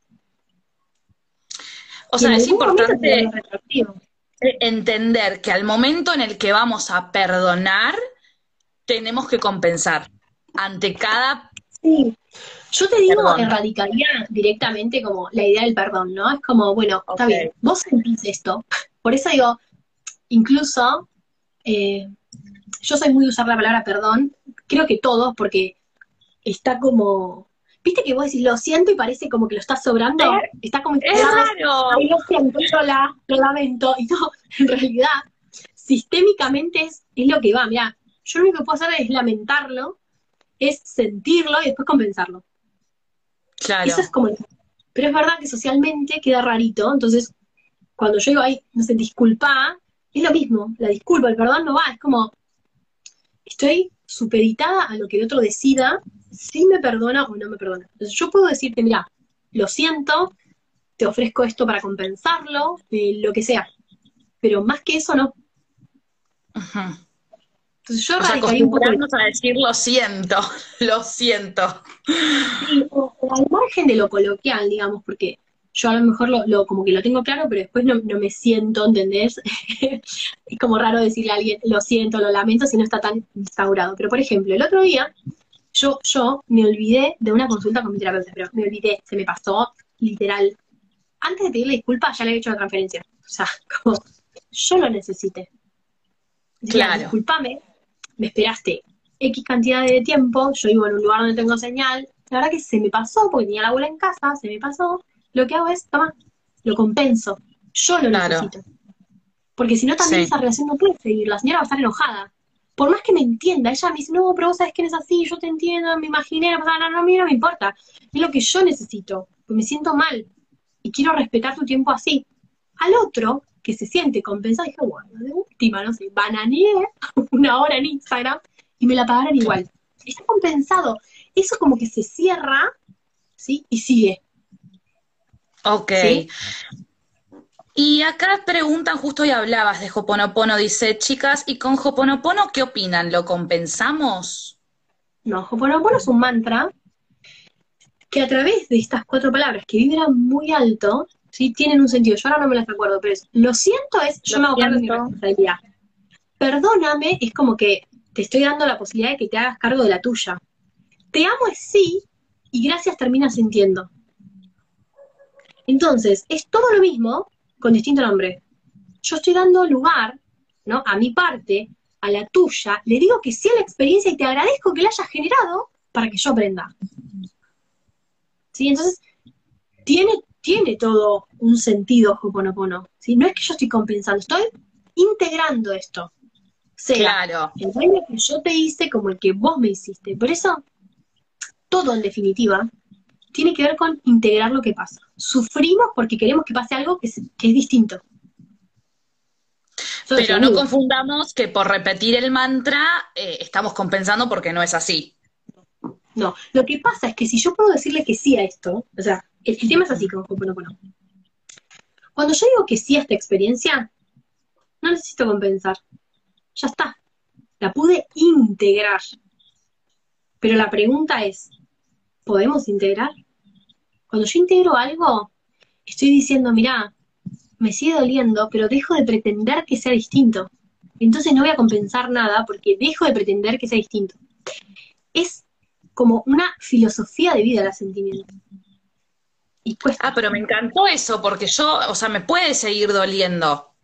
O Y en sea, es algún momento se importante vuelve retroactivo. entender que al momento en el que vamos a perdonar, tenemos que compensar ante cada Sí, yo te digo, perdón. erradicaría directamente como la idea del perdón, ¿no? Es como, bueno, está Ok. bien, vos sentís esto. Por eso digo, incluso, eh, yo soy muy de usar la palabra perdón, creo que todos, porque está como, viste que vos decís, lo siento y parece como que lo estás sobrando, está como Es instalado, raro. ay, lo siento, lo lamento, y no, en realidad, sistémicamente es lo que va, mirá, yo lo único que puedo hacer es lamentarlo, es sentirlo y después compensarlo. Eso es Claro. como, pero es verdad que socialmente queda rarito, entonces cuando yo digo, ay, no sé, disculpa, es lo mismo, la disculpa, el perdón no va, es como, estoy supeditada a lo que el otro decida si me perdona o no me perdona. Entonces yo puedo decirte, mira, lo siento, te ofrezco esto para compensarlo, lo que sea, pero más que eso no. Ujú. Entonces yo O sea, radicaría un poco eso. acostumbrarnos a decir lo siento, lo siento. Sí, o al margen de lo coloquial, digamos, porque yo a lo mejor como que lo tengo claro, pero después no me siento, ¿entendés? Es como raro decirle a alguien, lo siento, lo lamento, si no está tan instaurado. Pero por ejemplo, el otro día yo me olvidé de una consulta con mi terapeuta, pero me olvidé, se me pasó literal. Antes de pedirle disculpas ya le había hecho la transferencia. O sea, como yo lo necesité. Mira, Claro. discúlpame, me esperaste X cantidad de tiempo, yo vivo en un lugar donde tengo señal, la verdad que se me pasó, porque tenía la abuela en casa, se me pasó, lo que hago es, toma, lo compenso, yo lo Claro. necesito, porque si no también Sí. esa relación no puede seguir, la señora va a estar enojada, por más que me entienda, ella me dice, no, pero vos sabés que eres así, yo te entiendo, me imaginé, no, a mí no me importa, es lo que yo necesito, porque me siento mal, y quiero respetar tu tiempo así. Al otro, que se siente compensado, dije, bueno, de última, no sé, bananeé una hora en Instagram y me la pagaron igual. Está compensado. Eso como que se cierra, ¿sí? Y sigue, Ok. ¿sí? Y acá preguntan, justo hoy hablabas de Hoponopono, dice, chicas, ¿y con Hoponopono qué opinan? ¿Lo compensamos? No, Ho'oponopono es un mantra que a través de estas cuatro palabras que vibran muy alto, ¿sí? Tienen un sentido. Yo ahora no me las acuerdo, pero es, lo siento es, yo Lo me hago cargo de mi siento. responsabilidad. Perdóname es como que te estoy dando la posibilidad de que te hagas cargo de la tuya. Te amo es sí, y gracias termina sintiendo. Entonces, es todo lo mismo con distinto nombre. Yo estoy dando lugar, ¿no? A mi parte, a la tuya, le digo que sí a la experiencia y te agradezco que la hayas generado para que yo aprenda. ¿Sí? Entonces, tiene todo un sentido Ho'oponopono. ¿Sí? No es que yo estoy compensando, estoy integrando esto. Sea Claro. el daño que yo te hice como el que vos me hiciste. Por eso, todo en definitiva tiene que ver con integrar lo que pasa. Sufrimos porque queremos que pase algo que es distinto. Eso Pero decía no Newton. confundamos que por repetir el mantra estamos compensando porque no es así. No, lo que pasa es que si yo puedo decirle que sí a esto, o sea, el tema es así como Ho'oponopono. Cuando yo digo que sí a esta experiencia, no necesito compensar. Ya está. La pude integrar. Pero la pregunta es, ¿podemos integrar? Cuando yo integro algo, estoy diciendo, mirá, me sigue doliendo, pero dejo de pretender que sea distinto. Entonces no voy a compensar nada porque dejo de pretender que sea distinto. Es como una filosofía de vida el asentimiento. Y Ah, cuesta. pero me encantó eso porque yo, o sea, me puede seguir doliendo.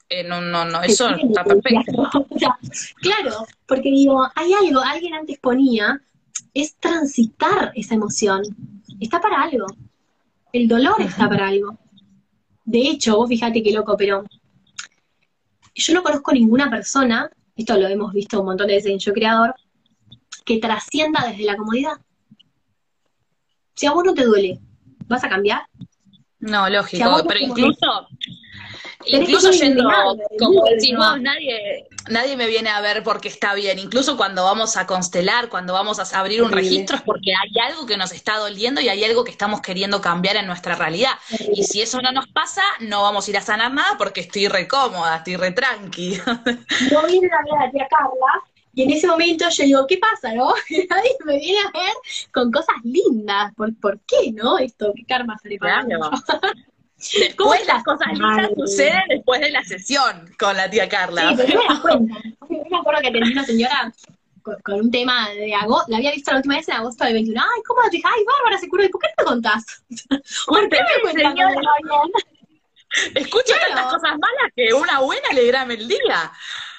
no, Se eso tiene está que perfecto. decir. O sea, claro, porque digo, hay algo, alguien antes ponía, es transitar esa emoción. Está para algo. El dolor está Ujú. para algo. De hecho, vos fíjate qué loco, pero yo no conozco ninguna persona, esto lo hemos visto un montón de veces en Yo Creador, que trascienda desde la comodidad. Si a vos no te duele, ¿vas a cambiar? No, Si a vos lógico, no pero te molesta, tenés que incluso ser yendo, indignado del como lugar de decís vos, trabajo. nadie me viene a ver porque está bien. Incluso cuando vamos a constelar, cuando vamos a abrir un Terrible, registro, es porque hay algo que nos está doliendo y hay algo que estamos queriendo cambiar en nuestra realidad. Y terrible. si eso no nos pasa, no vamos a ir a sanar nada porque estoy re cómoda, estoy re tranqui. No vienen a ver a la tía Carla, y en ese momento yo digo, ¿qué pasa, no? Nadie me viene a ver con cosas lindas. ¿Por qué, no? Esto, ¿qué karma estaré pagando yo? Claro. ¿Cómo Después las estás? cosas lindas Madre. suceden después de la sesión con la tía Sí, Carla. pero no me das cuenta. Yo me acuerdo que atendí una señora con un tema de agosto, la había visto la última vez en agosto del 21. Ay, ¿cómo te dije? Ay, Bárbara, se curó. ¿Y por qué no me contás? ¿Por qué Cuénteme, me cuentas señora, cuando me va bien? escucho tantas Claro, cosas malas que una buena alegrame el día.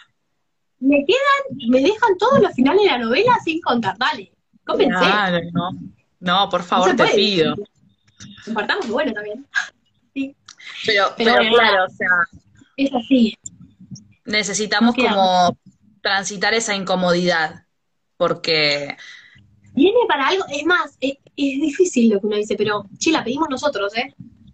me dejan todos los finales de la novela sin contar. Dale, cómense. Claro, no. No, por No favor, se te puede. pido. Compartamos lo bueno también. Sí. Pero Pero bueno, nada, claro, o sea, es así. No necesitamos queda. como transitar esa incomodidad, porque Viene para algo, es más, es difícil lo que uno dice, pero sí, la pedimos nosotros, ¿eh?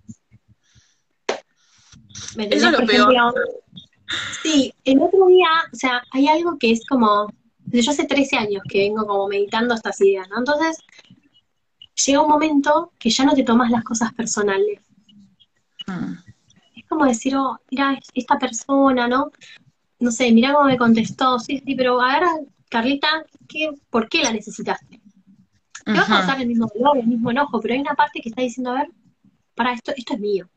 ¿Me eso entendés? es Por lo peor. ejemplo, sí, el otro día, o sea, hay algo que es como, desde yo hace 13 años que vengo como meditando estas ideas, ¿no? Entonces, llega un momento que ya no te tomas las cosas personales. Mm. Es como decir, oh, mira, esta persona, ¿no? No sé, mira cómo me contestó, sí, sí, pero a ver, Carlita, ¿por qué la necesitaste? Te va a Ujú. causar el mismo dolor, el mismo enojo, pero hay una parte que está diciendo, a ver, para esto es mío.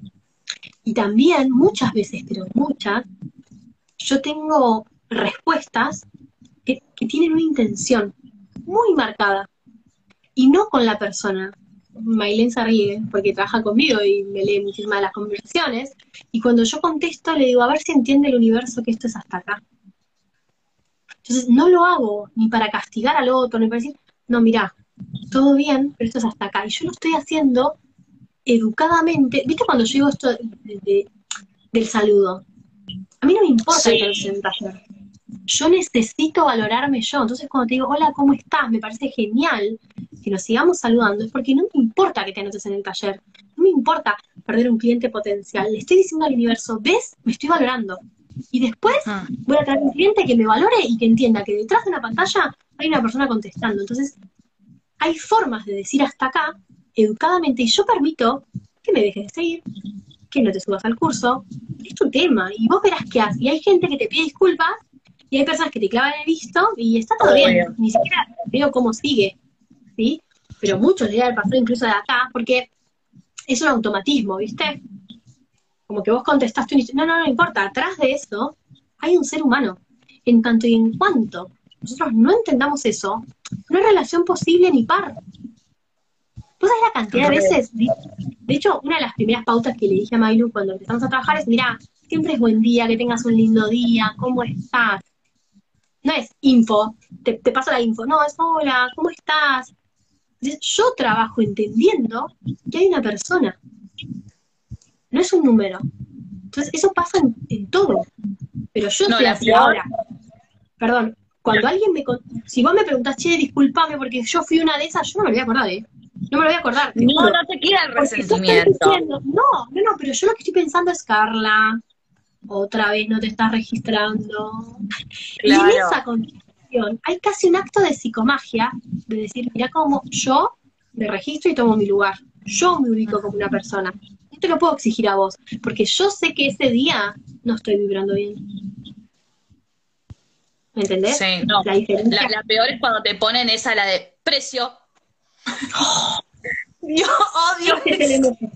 Y también, muchas veces, pero muchas, yo tengo respuestas que tienen una intención muy marcada y no con la persona. Mailén se ríe porque trabaja conmigo y me lee muchísimas de las conversaciones. Y cuando yo contesto, le digo, a ver si entiende el universo que esto es hasta acá. Entonces, no lo hago ni para castigar al otro, ni para decir, no, mira, todo bien, pero esto es hasta acá. Y yo lo estoy haciendo educadamente. ¿Viste cuando yo digo esto del saludo? A mí no me importa que te Sí, en un taller. Yo necesito valorarme yo. Entonces, cuando te digo, hola, ¿cómo estás? Me parece genial que nos sigamos saludando. Es porque no me importa que te anotes en el taller. No me importa perder un cliente potencial. Le estoy diciendo al universo, ¿ves? Me estoy valorando. Y después mm, voy a traer un cliente que me valore y que entienda que detrás de una pantalla hay una persona contestando. Entonces, hay formas de decir hasta acá, educadamente, y yo permito que me dejes de seguir, que no te subas al curso, es tu tema, y vos verás qué haces. Y hay gente que te pide disculpas, y hay personas que te clavan el visto, y está todo bien, obvio. ni siquiera veo cómo sigue, ¿sí? Pero muchos les debe pasar incluso de acá, porque es un automatismo, ¿viste? Como que vos contestaste un no, no, no importa, atrás de eso hay un ser humano. En tanto y en cuanto nosotros no entendamos eso, no hay relación posible ni par. ¿Vos sabés la cantidad de Re. veces? De hecho, una de las primeras pautas que le dije a Mailu cuando empezamos a trabajar es, mira, siempre es buen día, que tengas un lindo día, ¿cómo estás? No es info, te paso la info, no, es hola, ¿cómo estás? Entonces, yo trabajo entendiendo que hay una persona, no es un número. Entonces, eso pasa en todo. Pero yo No, estoy la así peor, ahora. Perdón, cuando alguien si vos me preguntás, che, disculpame porque yo fui una de esas, yo no me lo voy a acordar, ¿eh? No me lo voy a acordar, te no, juro. no te queda el Porque yo estoy resentimiento. diciendo, no, no, no, pero yo lo que estoy pensando es, Carla, otra vez no te estás registrando. Y en Claro. esa conversación hay casi un acto de psicomagia, de decir, mira cómo yo me registro y tomo mi lugar. Yo me ubico como una persona. No te lo puedo exigir a vos, porque yo sé que ese día no estoy vibrando bien. ¿Me entendés? Sí, no. La diferencia. La peor es cuando te ponen esa, la de precio. Yo odio Ese es el eso. enojo.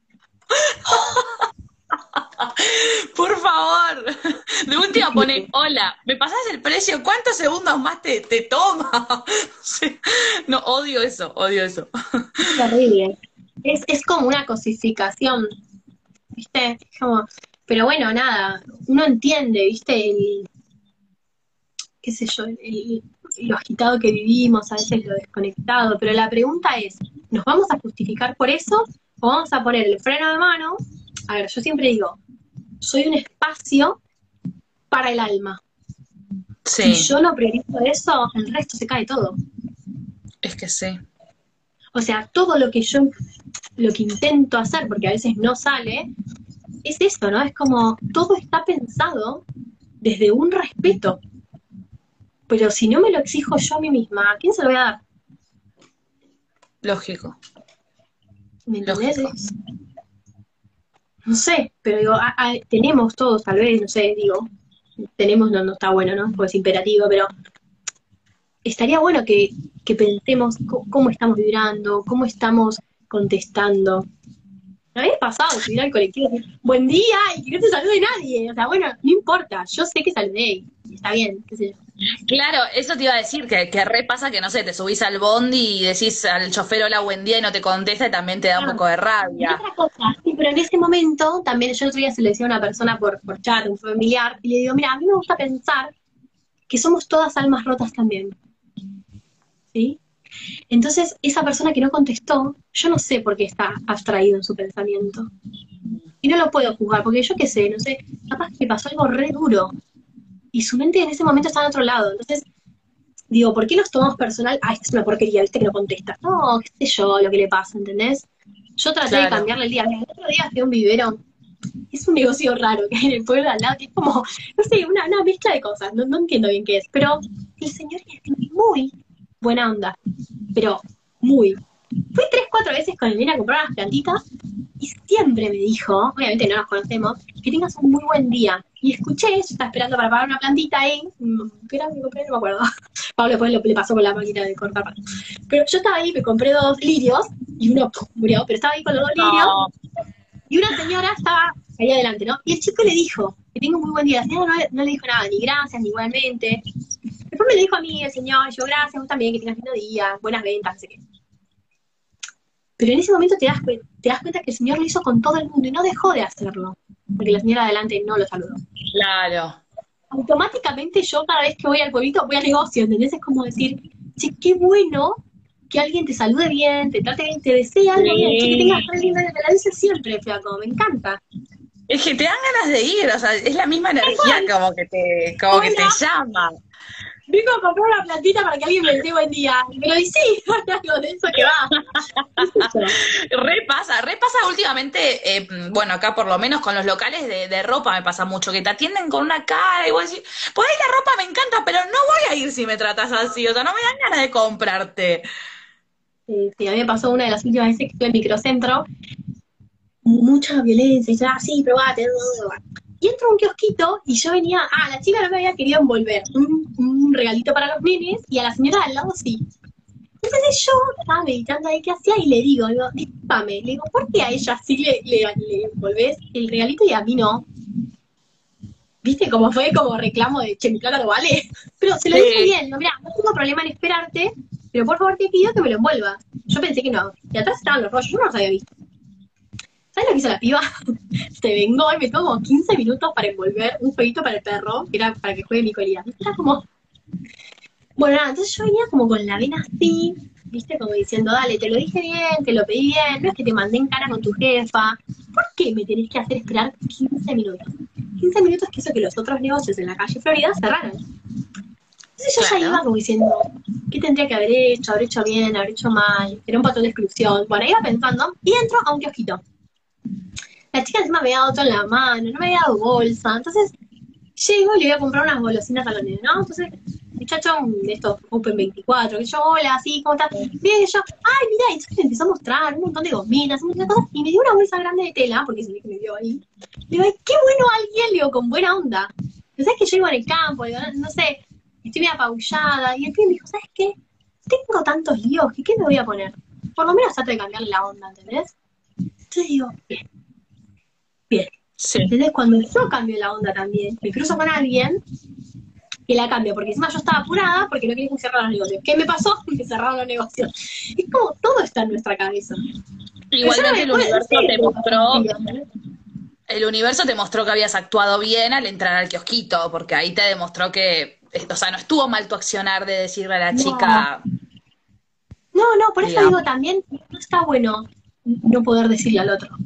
Por favor. De última pone, hola, ¿me pasás el precio? ¿Cuántos segundos más te toma? Sí. No, odio eso, odio eso. Es terrible. Es como una cosificación, ¿viste? Es como, Pero bueno, nada, uno entiende, ¿viste? Qué sé yo, lo agitado que vivimos, a veces lo desconectado, pero la pregunta es, ¿nos vamos a justificar por eso o vamos a poner el freno de mano? A ver, yo siempre digo, soy un espacio para el alma. Si Sí, yo no priorizo eso, el resto se cae todo. es que sí. O sea, todo lo que intento hacer, porque a veces no sale, es eso, ¿no? Es como, todo está pensado desde un respeto. Pero si no me lo exijo yo a mí misma, ¿a quién se lo voy a dar? Lógico, ¿Me entendés? lógico. No sé, pero digo, tenemos todos, tal vez, no sé, digo, tenemos, no está bueno, ¿no? Porque es imperativo, pero estaría bueno que pensemos cómo estamos vibrando, cómo estamos contestando. Me había pasado de subir al colectivo y decir, buen día, y que no te salude nadie. O sea, bueno, no importa, yo sé que saludé, y está bien, qué sé yo. Claro, eso te iba a decir, que re pasa que, no sé, te subís al bondi y decís al chofer hola, buen día y no te contesta y también te da un Ah, poco de y rabia. otra cosa, sí, pero en ese momento, también yo el otro día se lo decía a una persona por chat, un familiar, y le digo, mira, a mí me gusta pensar que somos todas almas rotas también, ¿sí? Entonces, esa persona que no contestó, yo no sé por qué está abstraído en su pensamiento. Y no lo puedo juzgar, porque yo qué sé, no sé, capaz que pasó algo re duro. Y su mente en ese momento está en otro lado. Entonces, digo, ¿por qué los tomamos personal? Ah, esta es una porquería, viste que no contesta. No, qué sé yo, lo que le pasa, ¿entendés? Yo traté de Claro. cambiarle el día. El otro día fui a un vivero. Es un negocio raro que hay en el pueblo de al lado, que es como, no sé, una mezcla de cosas. No entiendo bien qué es. Pero el señor es muy buena onda. Pero muy. Fui 3, 4 veces con el nene a comprar unas plantitas y siempre me dijo, obviamente no nos conocemos, que tengas un muy buen día. Y escuché, yo estaba esperando para pagar una plantita ahí, ¿qué era que compré? No me acuerdo. Pablo después le pasó con la máquina de cortar. Pero yo estaba ahí, me compré 2 lirios y uno murió, pero estaba ahí con los 2 lirios No, y una señora estaba ahí adelante, ¿no? Y el chico le dijo, que tenga un muy buen día. La señora no le dijo nada, ni gracias, ni igualmente. Después me lo dijo a mí el señor, yo, gracias, vos también, que tengas lindo día, buenas ventas, no sé qué. Pero en ese momento te das cuenta que el señor lo hizo con todo el mundo y no dejó de hacerlo, porque la señora adelante no lo saludó. claro. Automáticamente yo cada vez que voy al pueblito voy al negocio, ¿entendés? Es como decir, che, qué bueno que alguien te salude bien, te trate bien, te desee algo bien, che, que tengas Sí. re lindo, te la dice siempre, flaco, me encanta. Es que te dan ganas de ir, o sea, es la misma energía Igual, como que te hola, llama. vengo a comprar una plantita para que alguien me desee buen día. Pero y sí, algo de eso que va. ¿Qué sé yo? Re pasa últimamente, bueno, acá por lo menos con los locales de ropa me pasa mucho, que te atienden con una cara y vos decís, pues ahí la ropa me encanta, pero no voy a ir si me tratas así, o sea, no me dan ganas de comprarte. Sí, a mí me pasó una de las últimas veces que estuve en microcentro, mucha violencia, y ya, sí, probate. Y entro a un kiosquito y yo venía, la chica no me había querido envolver un regalito para los nenes y a la señora de al lado sí. Entonces yo estaba meditando ahí qué hacía y le digo, discúlpame, le digo, ¿por qué a ella sí le envolvés el regalito y a mí no? ¿Viste cómo fue como reclamo de, che, mi plata no vale? Pero se lo dije Sí, bien, no, mira, no tengo problema en esperarte, pero por favor te pido que me lo envuelvas. Yo pensé que no. Y atrás estaban los rollos, yo no los había visto. ¿Sabes lo que hizo la piba? Se vengó y me tomó 15 minutos para envolver un jueguito para el perro, que era para que juegue Nicolía. Era como, bueno, nada, entonces yo venía como con la vena así, viste, como diciendo, dale, te lo dije bien, te lo pedí bien, no es que te mandé en cara con tu jefa, ¿por qué me tenés que hacer esperar 15 minutos? 15 minutos que hizo que los otros negocios en la calle Florida cerraran. Entonces yo ya iba claro. como diciendo, ¿qué tendría que haber hecho? ¿Haber hecho bien? ¿Haber hecho mal? ¿Era un patrón de exclusión? Bueno, iba pensando y entro a un kiosquito. La chica encima me había dado todo en la mano, no me había dado bolsa. Entonces llego y le voy a comprar unas golosinas a los nenes, ¿no? Entonces, muchacho de estos Open 24, que yo, hola, así, ¿cómo estás? Bien, que yo, ay, mira, y entonces me empezó a mostrar un montón de gominas, un montón de cosas, y me dio una bolsa grande de tela, porque se ve que me dio ahí. Le digo, ay, qué bueno alguien, le digo, con buena onda. Pero sabes que yo iba en el campo, digo, no sé, estoy medio apabullada, y el pibe me dijo, ¿sabes qué? Tengo tantos líos, que ¿qué me voy a poner? Por lo menos trate de cambiarle la onda, ¿entendés? Entonces digo, bien, bien. Sí. ¿Entendés? Cuando yo cambio la onda también, me cruzo con alguien que la cambio, porque encima yo estaba apurada porque no quería que cerrar los negocios. ¿Qué me pasó? Me cerraron los negocios. Es como todo está en nuestra cabeza. Pero yo no Igualmente me el puedo, no sé, universo te mostró, confío, ¿entendés? el universo te mostró que habías actuado bien al entrar al kiosquito, porque ahí te demostró que, o sea, no estuvo mal tu accionar de decirle a la No, chica, no, por eso digamos, digo también, no está bueno no poder decirle al otro.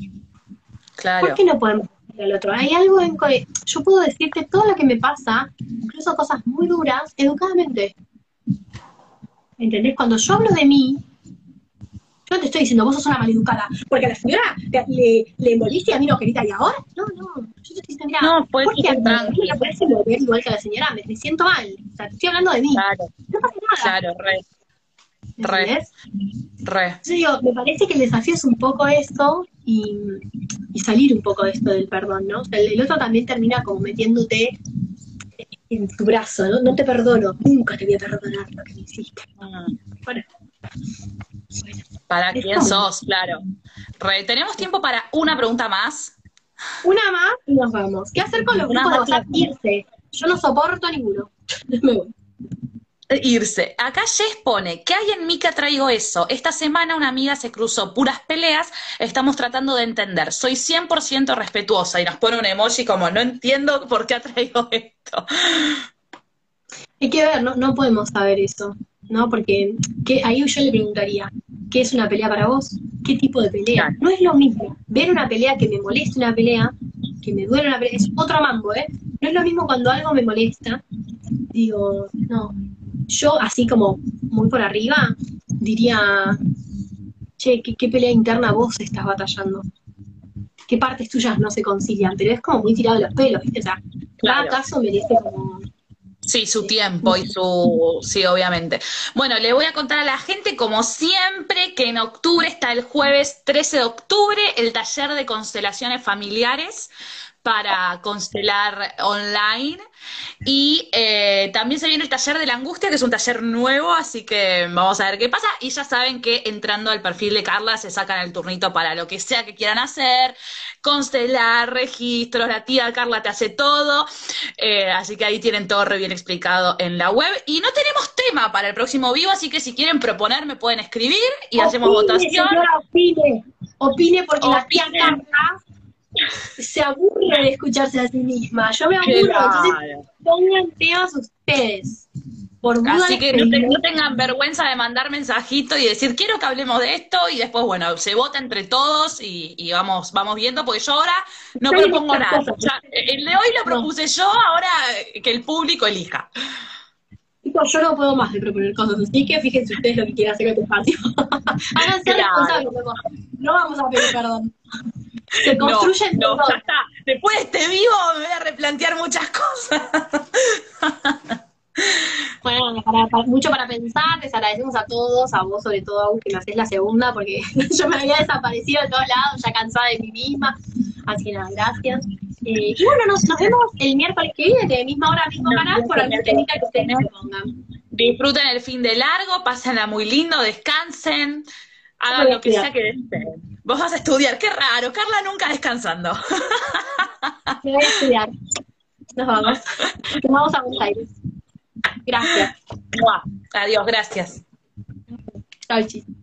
¿Por claro. qué no podemos decirle al otro? Hay algo en que yo puedo decirte todo lo que me pasa, incluso cosas muy duras, educadamente. ¿Entendés? Cuando yo hablo de mí, yo no te estoy diciendo, vos sos una maleducada, porque a la señora le moliste y a mí no, querida, y ahora, no, yo te estoy diciendo, mira, No, fue ¿por qué a súper mí tranqui. me parece volver igual que a la señora? Me siento mal, o sea, te estoy hablando de mí, Claro, no pasa nada, claro, re, ¿entendés? re. Yo digo, me parece que el desafío es un poco eso y salir un poco de esto del perdón, ¿no? O sea, el otro también termina como metiéndote en tu brazo, ¿no? No te perdono, nunca te voy a perdonar lo que me hiciste. Mm. Bueno, bueno, ¿Para es quién como sos? Claro. Re, ¿tenemos tiempo para una pregunta más? una más y nos vamos. ¿Qué hacer con los Una grupos de más. WhatsApp? Irse. Yo no soporto a ninguno. Me voy. Irse. Acá Jess pone, ¿qué hay en mí que traigo eso? Esta semana una amiga se cruzó puras peleas, estamos tratando de entender. Soy 100% respetuosa y nos pone un emoji como, no entiendo por qué atraigo esto. Hay que ver, no podemos saber eso, ¿no? Porque ahí yo le preguntaría, ¿qué es una pelea para vos? ¿Qué tipo de pelea? Claro, No es lo mismo ver una pelea que me moleste una pelea, que me duele una pelea, es otro mambo, ¿eh? No es lo mismo cuando algo me molesta, digo, no. Yo, así como muy por arriba, diría, che, ¿qué pelea interna vos estás batallando? ¿Qué partes tuyas no se concilian? Pero es como muy tirado de los pelos, ¿viste? O sea, cada claro. caso merece como... Sí, su tiempo y su... Sí, obviamente. Bueno, le voy a contar a la gente, como siempre, que en octubre está el jueves 13 de octubre el taller de constelaciones familiares para constelar online. Y también se viene el taller de la angustia, que es un taller nuevo, así que vamos a ver qué pasa. Y ya saben que entrando al perfil de Carla se sacan el turnito para lo que sea que quieran hacer, constelar, registros, la tía Carla te hace todo. Así que ahí tienen todo re bien explicado en la web. Y no tenemos tema para el próximo vivo, así que si quieren proponer me pueden escribir y hacemos Opine, votación. señora, opine. Opine porque la tía Opinen. Carla se aburre de escucharse a sí misma. Yo me aburro, entonces Claro. pongan temas ustedes. Por duda Así les que pedimos. no tengan vergüenza de mandar mensajito y decir, quiero que hablemos de esto, y después, bueno, se vota entre todos y vamos viendo, porque yo ahora no Estoy en propongo estas nada. cosas. Ya, el de hoy lo No, propuse yo, ahora que el público elija. chicos, yo no puedo más de proponer cosas, así que fíjense ustedes lo que quieren hacer con este espacio. Háganse Claro. responsables, luego. No vamos a pedir perdón. Se No, construye entre no, ya todos. está. Después de este vivo me voy a replantear muchas cosas. Bueno, mucho para pensar, les agradecemos a todos, a vos sobre todo, Agus, que me haces la segunda, porque yo me había desaparecido de todos lados, ya cansada de mí misma, así que nada, gracias. Y bueno, nos vemos el miércoles que viene, de misma hora, mismo canal, por algún temita que ustedes me pongan. Disfruten el fin de largo, pásenla muy lindo, descansen, Yo me hagan voy a lo que estudiar, sea que deseen. Vos vas a estudiar, qué raro, Carla nunca descansando. me voy a estudiar. Nos vamos. Nos vamos a Buenos Aires. Gracias. Adiós, gracias. Chau, chis.